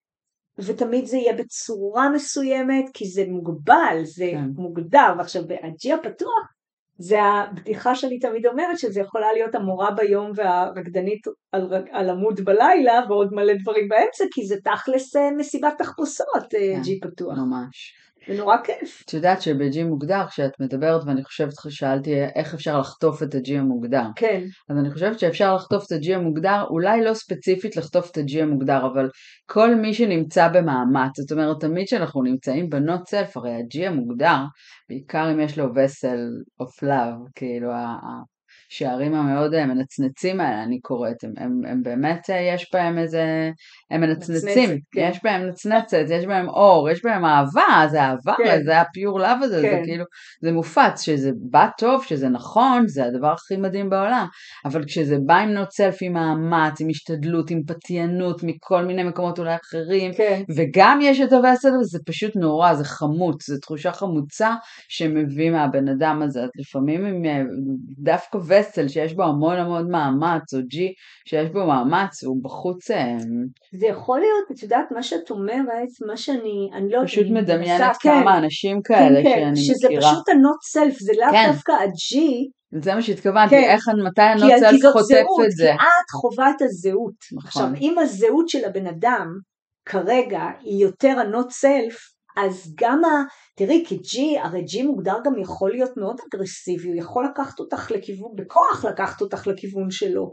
ותמיד זה יהיה בצורה מסוימת, כי זה מוגבל, זה כן. מוגדר, ועכשיו הג'י הפתוח, זה הבדיחה שאני תמיד אומרת, שזה יכולה להיות המורה ביום והרקדנית על, על עמוד בלילה, ועוד מלא דברים באמצע, כי זה תכלס מסיבת תחפושות, כן, ג'י פתוח. ממש. זה נורא כיף. את יודעת שבג'י מוגדר, כשאת מדברת, ואני חושבת, שאלתי איך אפשר לחטוף את הג'י המוגדר. כן. אז אני חושבת שאפשר לחטוף את הג'י המוגדר, אולי לא ספציפית לחטוף את הג'י המוגדר, אבל כל מי שנמצא במאמץ, זאת אומרת, תמיד שאנחנו נמצאים בנות סלף, הרי הג'י המוגדר, בעיקר אם יש לו vessel of love, כאילו השערים המאוד מנצנצים האלה, אני קוראת, הם, הם, הם באמת, יש בהם איזה, הם מנצנצים, נצנצת, כן. יש בהם נצנצת, יש בהם אור, יש בהם אהבה, זה אהבה, כן. זה הפיור לב הזה, כן. זה כאילו, זה מופץ, שזה בא טוב, שזה נכון, זה הדבר הכי מדהים בעולם, אבל כשזה בא עם not self, עם מאמץ, עם השתדלות, עם פתיינות, מכל מיני מקומות אולי אחרים, כן. וגם יש את הווסל, זה פשוט נורא, זה חמוץ, זה תחושה חמוצה, שמביא מהבן אדם הזה, לפעמים עם דווקא וסל, שיש בו המון המון מאמץ, או ג'י, שיש בו מאמץ, הוא בחוץ. זה יכול להיות, את יודעת, מה שאת אומרת, מה שאני, אני לא... פשוט מדמיינת כמה כן, אנשים כאלה כן, שאני מכירה. שזה פשוט ה-not self, זה לאו כן. דווקא ה-G. זה מה שהתכוונתי, כן. איך, מתי ה-not self חוטף זהות, את זה. כי את חובה את הזהות. נכון. עכשיו, אם הזהות של הבן אדם, כרגע, היא יותר ה-not self, אז גם ה... תראי, כי ג'י, הרי ג'י מוגדר גם יכול להיות מאוד אגרסיבי, הוא יכול לקחת אותך לכיוון, בכוח לקחת אותך לכיוון שלו.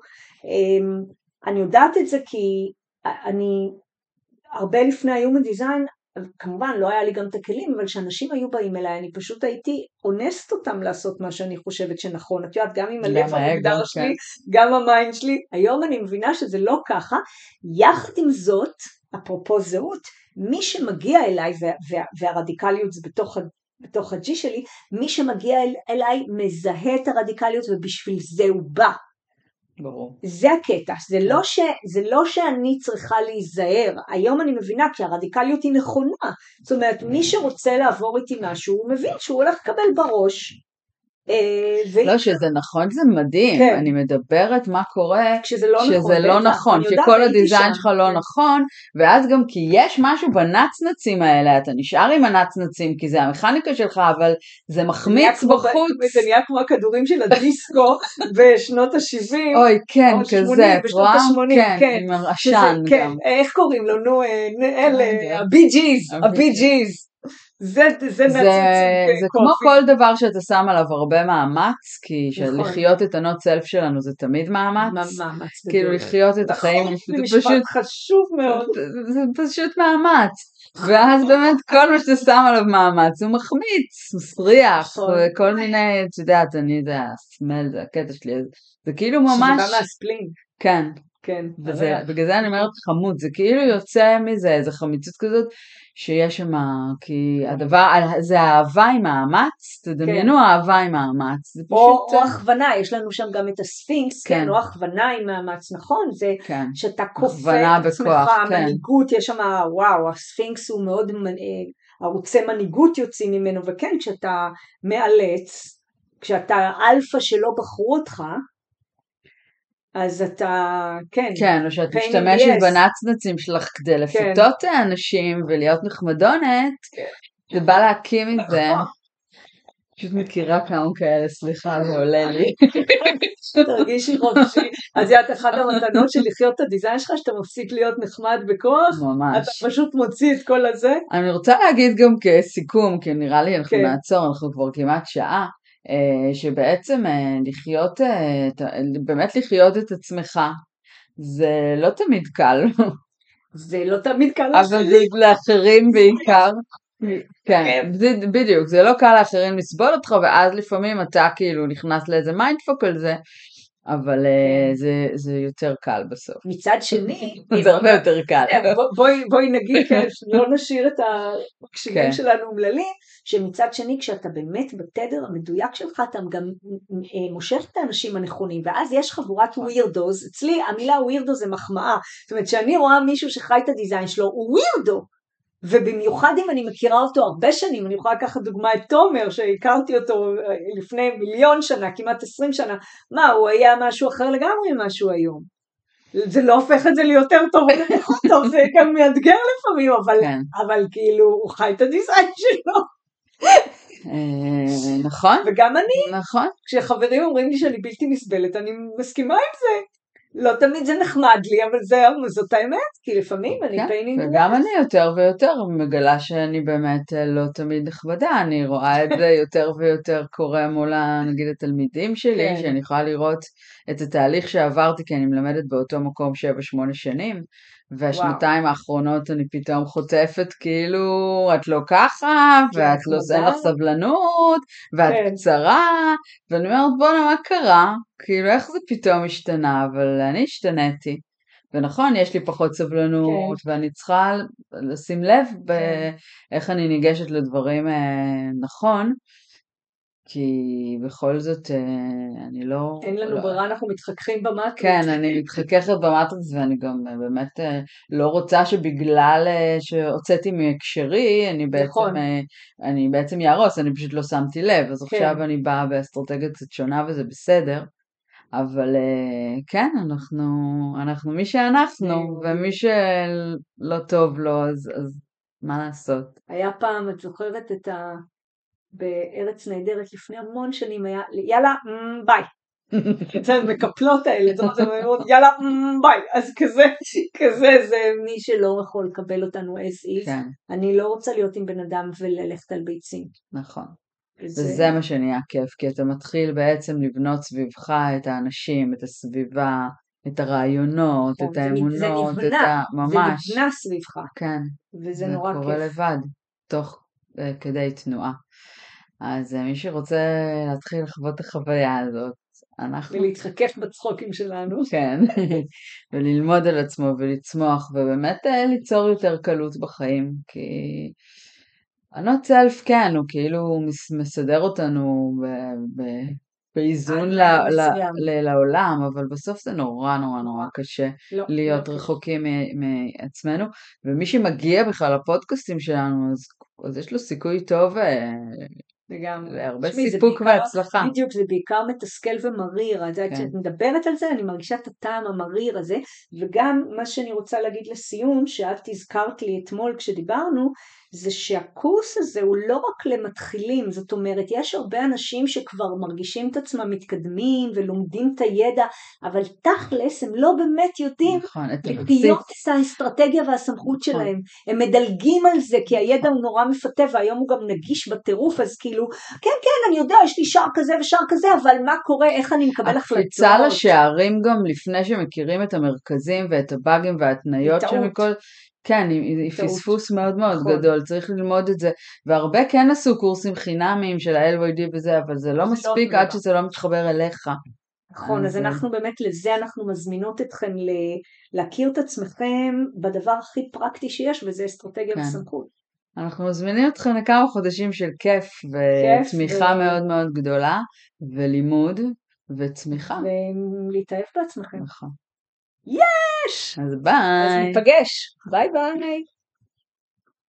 אני יודעת את זה כי אני, הרבה לפני ה-Human Design, כמובן לא היה לי גם את הכלים, אבל שאנשים היו באים אליי, אני פשוט הייתי אונסת אותם לעשות מה שאני חושבת שנכון. את יודעת, גם עם הלב המוגדר שלי, גם המיינד שלי, היום אני מבינה שזה לא ככה. יחד עם זאת, אפרופו זהות, מי שמגיע אליי, וה, וה, והרדיקליות זה בתוך בתוך הג'י שלי, מי שמגיע אל, אליי מזהה את הרדיקליות ובשביל זה הוא בא. ברור. זה הקטע, זה לא, ש, זה לא שאני צריכה להיזהר, היום אני מבינה כי הרדיקליות היא נכונה, זאת אומרת מי שרוצה לעבור איתי משהו, הוא מבין שהוא הולך לקבל בראש, לא, שזה נכון, זה מדהים, כן. אני מדברת מה קורה כשזה לא שזה נכון, לא נכון, שכל הדיזיין שלך לא כן. נכון, ואז גם כי יש משהו בנצנצים האלה, אתה נשאר עם הנצנצים, כי זה המכניקה שלך, אבל זה מחמיץ בחוץ. זה נהיה כמו הכדורים של הדיסקו בשנות ה-שבעים, אוי, כן, כזה, בשנות ה-שמונים, כן, כן, עם עשן גם. איך קוראים לו, נו, אלה, הבי ג'יז, הבי ג'יז. זה, זה, זה, זה, זה כמו כל דבר שאתה שם עליו הרבה מאמץ, כי נכון. לחיות את הנוט סלף שלנו זה תמיד מאמץ, מאמץ כאילו לחיות את החיים, נכון, זה משפט פשוט, חשוב מאוד, זה, זה פשוט מאמץ, ואז באמת כל מה שאתה שם עליו מאמץ הוא מחמיץ, מסריח, נכון. וכל מיני, את יודעת, אני זה הסמל, זה הקטע שלי, זה כאילו ממש, שזה בא מהספלינג, כן, כן, וזה, בגלל זה אני אומרת חמוד, זה כאילו יוצא מזה, איזה חמיצות כזאת, שיש שם, כי הדבר, זה האהבה עם האמץ, תדמיינו האהבה עם האמץ. או הכוונה, יש לנו שם גם את הספינקס, כן, או הכוונה עם מאמץ, נכון? זה שאתה כופה את עצמך, מנהיגות, יש שם, וואו, הספינקס הוא מאוד, ערוצי מנהיגות יוצאים ממנו, וכן, כשאתה מאלץ, כשאתה אלפא שלא בחרו אותך, אז אתה, כן. כן, או שאת משתמשת בנצנצים שלך כדי לפתות האנשים ולהיות נחמדונת, זה בא להקים מזה. פשוט מכירה כמה כאלה, סליחה, זה עולה לי. תרגישי חופשי. אז זאת אחת המתנות של לחיות את הדיזיין שלך, שאתה מפסיק להיות נחמד בכוח. ממש. אתה פשוט מוציא את כל הזה. אני רוצה להגיד גם כסיכום, כי נראה לי אנחנו נעצור, אנחנו כבר כמעט שעה. שבעצם לחיות, באמת לחיות את עצמך, זה לא תמיד קל. זה לא תמיד קל. אבל זה לאחרים בעיקר. כן, בדיוק, זה לא קל לאחרים לסבול אותך, ואז לפעמים אתה כאילו נכנס לאיזה מיינדפוק על זה, אבל זה יותר קל בסוף. מצד שני, זה הרבה יותר קל. בואי נגיד שלא נשאיר את המקשיבים שלנו אומללים, שמצד שני כשאתה באמת בתדר המדויק שלך, אתה גם מושך את האנשים הנכונים, ואז יש חבורת ווירדוז, אצלי המילה ווירדו זה מחמאה, זאת אומרת שאני רואה מישהו שחי את הדיזיין שלו, הוא ווירדו, ובמיוחד אם אני מכירה אותו הרבה שנים, אני יכולה לקחת דוגמה את תומר, שהכרתי אותו לפני מיליון שנה, כמעט עשרים שנה, מה, הוא היה משהו אחר לגמרי ממה שהוא היום. זה לא הופך את זה ליותר טוב או לפחות טוב, זה גם מאתגר לפעמים, אבל, כן. אבל כאילו הוא חי את הדיזיין שלו. נכון. וגם אני, נכון. כשחברים אומרים לי שאני בלתי נסבלת, אני מסכימה עם זה. לא תמיד זה נחמד לי, אבל זה, זאת האמת, כי לפעמים אני כן, פיינינג. וגם אני יותר ויותר מגלה שאני באמת לא תמיד נכבדה, אני רואה את זה יותר ויותר קורה מול נגיד התלמידים שלי, כן. שאני יכולה לראות את התהליך שעברתי, כי אני מלמדת באותו מקום שבע שמונה שנים, והשנתיים וואו. האחרונות אני פתאום חוטפת כאילו, את לא ככה, ואת לא אין לך סבלנות, ואת כן. קצרה, ואני אומרת בוא'נה מה קרה, כאילו איך זה פתאום השתנה, אבל אני השתניתי, ונכון יש לי פחות סבלנות, כן. ואני צריכה לשים לב כן. באיך אני ניגשת לדברים נכון, כי בכל זאת אני לא... אין לנו לא... ברירה, אנחנו מתחככים במטריקס. כן, אני מתחככת במטריקס, ואני גם באמת לא רוצה שבגלל שהוצאתי מהקשרי, אני בעצם, נכון. אני בעצם יערוס, אני פשוט לא שמתי לב, אז כן. עכשיו אני באה באסטרטגיה קצת שונה וזה בסדר, אבל כן, אנחנו, אנחנו מי שאנחנו, ומי שלא טוב לו, אז, אז מה לעשות? היה פעם, את זוכרת את ה... בארץ נהדרת לפני המון שנים היה, יאללה, ביי. זה מקפלות האלה, יאללה, ביי. אז כזה, כזה זה מי שלא יכול לקבל אותנו as is. אני לא רוצה להיות עם בן אדם וללכת על ביצים. נכון. וזה מה שנהיה כיף, כי אתה מתחיל בעצם לבנות סביבך את האנשים, את הסביבה, את הרעיונות, את האמונות, את ה... ממש. זה נבנה סביבך. כן. וזה נורא כיף. זה קורה לבד, תוך כדי תנועה. אז מי שרוצה להתחיל לחוות את החוויה הזאת, אנחנו... ולהתחכך בצחוקים שלנו. כן, וללמוד על עצמו ולצמוח, ובאמת ליצור יותר קלות בחיים, כי ענות סלף כן, הוא כאילו מסדר אותנו ב- ב- באיזון ל- ל- ל- לעולם, אבל בסוף זה נורא נורא נורא קשה לא, להיות לא רחוקים מ- מעצמנו, ומי שמגיע בכלל לפודקאסטים שלנו, אז, אז יש לו סיכוי טוב אה, לגמרי. להרבה שמי, סיפוק בעיקר, והצלחה. בדיוק, זה בעיקר מתסכל ומריר, אז כן. כשאת מדברת על זה, אני מרגישה את הטעם המריר הזה, וגם מה שאני רוצה להגיד לסיום, שאת הזכרת לי אתמול כשדיברנו, זה שהקורס הזה הוא לא רק למתחילים, זאת אומרת, יש הרבה אנשים שכבר מרגישים את עצמם מתקדמים ולומדים את הידע, אבל תכלס הם לא באמת יודעים נכון, את לחיות הבסיס. את האסטרטגיה והסמכות נכון. שלהם. הם מדלגים על זה, כי הידע הוא נורא מפתה, והיום הוא גם נגיש בטירוף, אז כאילו, כן, כן, אני יודע, יש לי שער כזה ושער כזה, אבל מה קורה, איך אני מקבל החלטות? הקפיצה לשערים גם לפני שמכירים את המרכזים ואת הבאגים וההתניות של מכל, כן, היא פספוס מאוד מאוד גדול, צריך ללמוד את זה, והרבה כן עשו קורסים חינמיים של ה-אל וואי די וזה, אבל זה לא מספיק עד שזה לא מתחבר אליך. נכון, אז אנחנו באמת לזה אנחנו מזמינות אתכם להכיר את עצמכם בדבר הכי פרקטי שיש, וזה אסטרטגיה וסמכות. אנחנו מזמינים אתכם לכמה חודשים של כיף וצמיחה מאוד מאוד גדולה, ולימוד וצמיחה. ולהתאהב בעצמכם. נכון. יש! אז ביי. אז ניפגש. ביי ביי.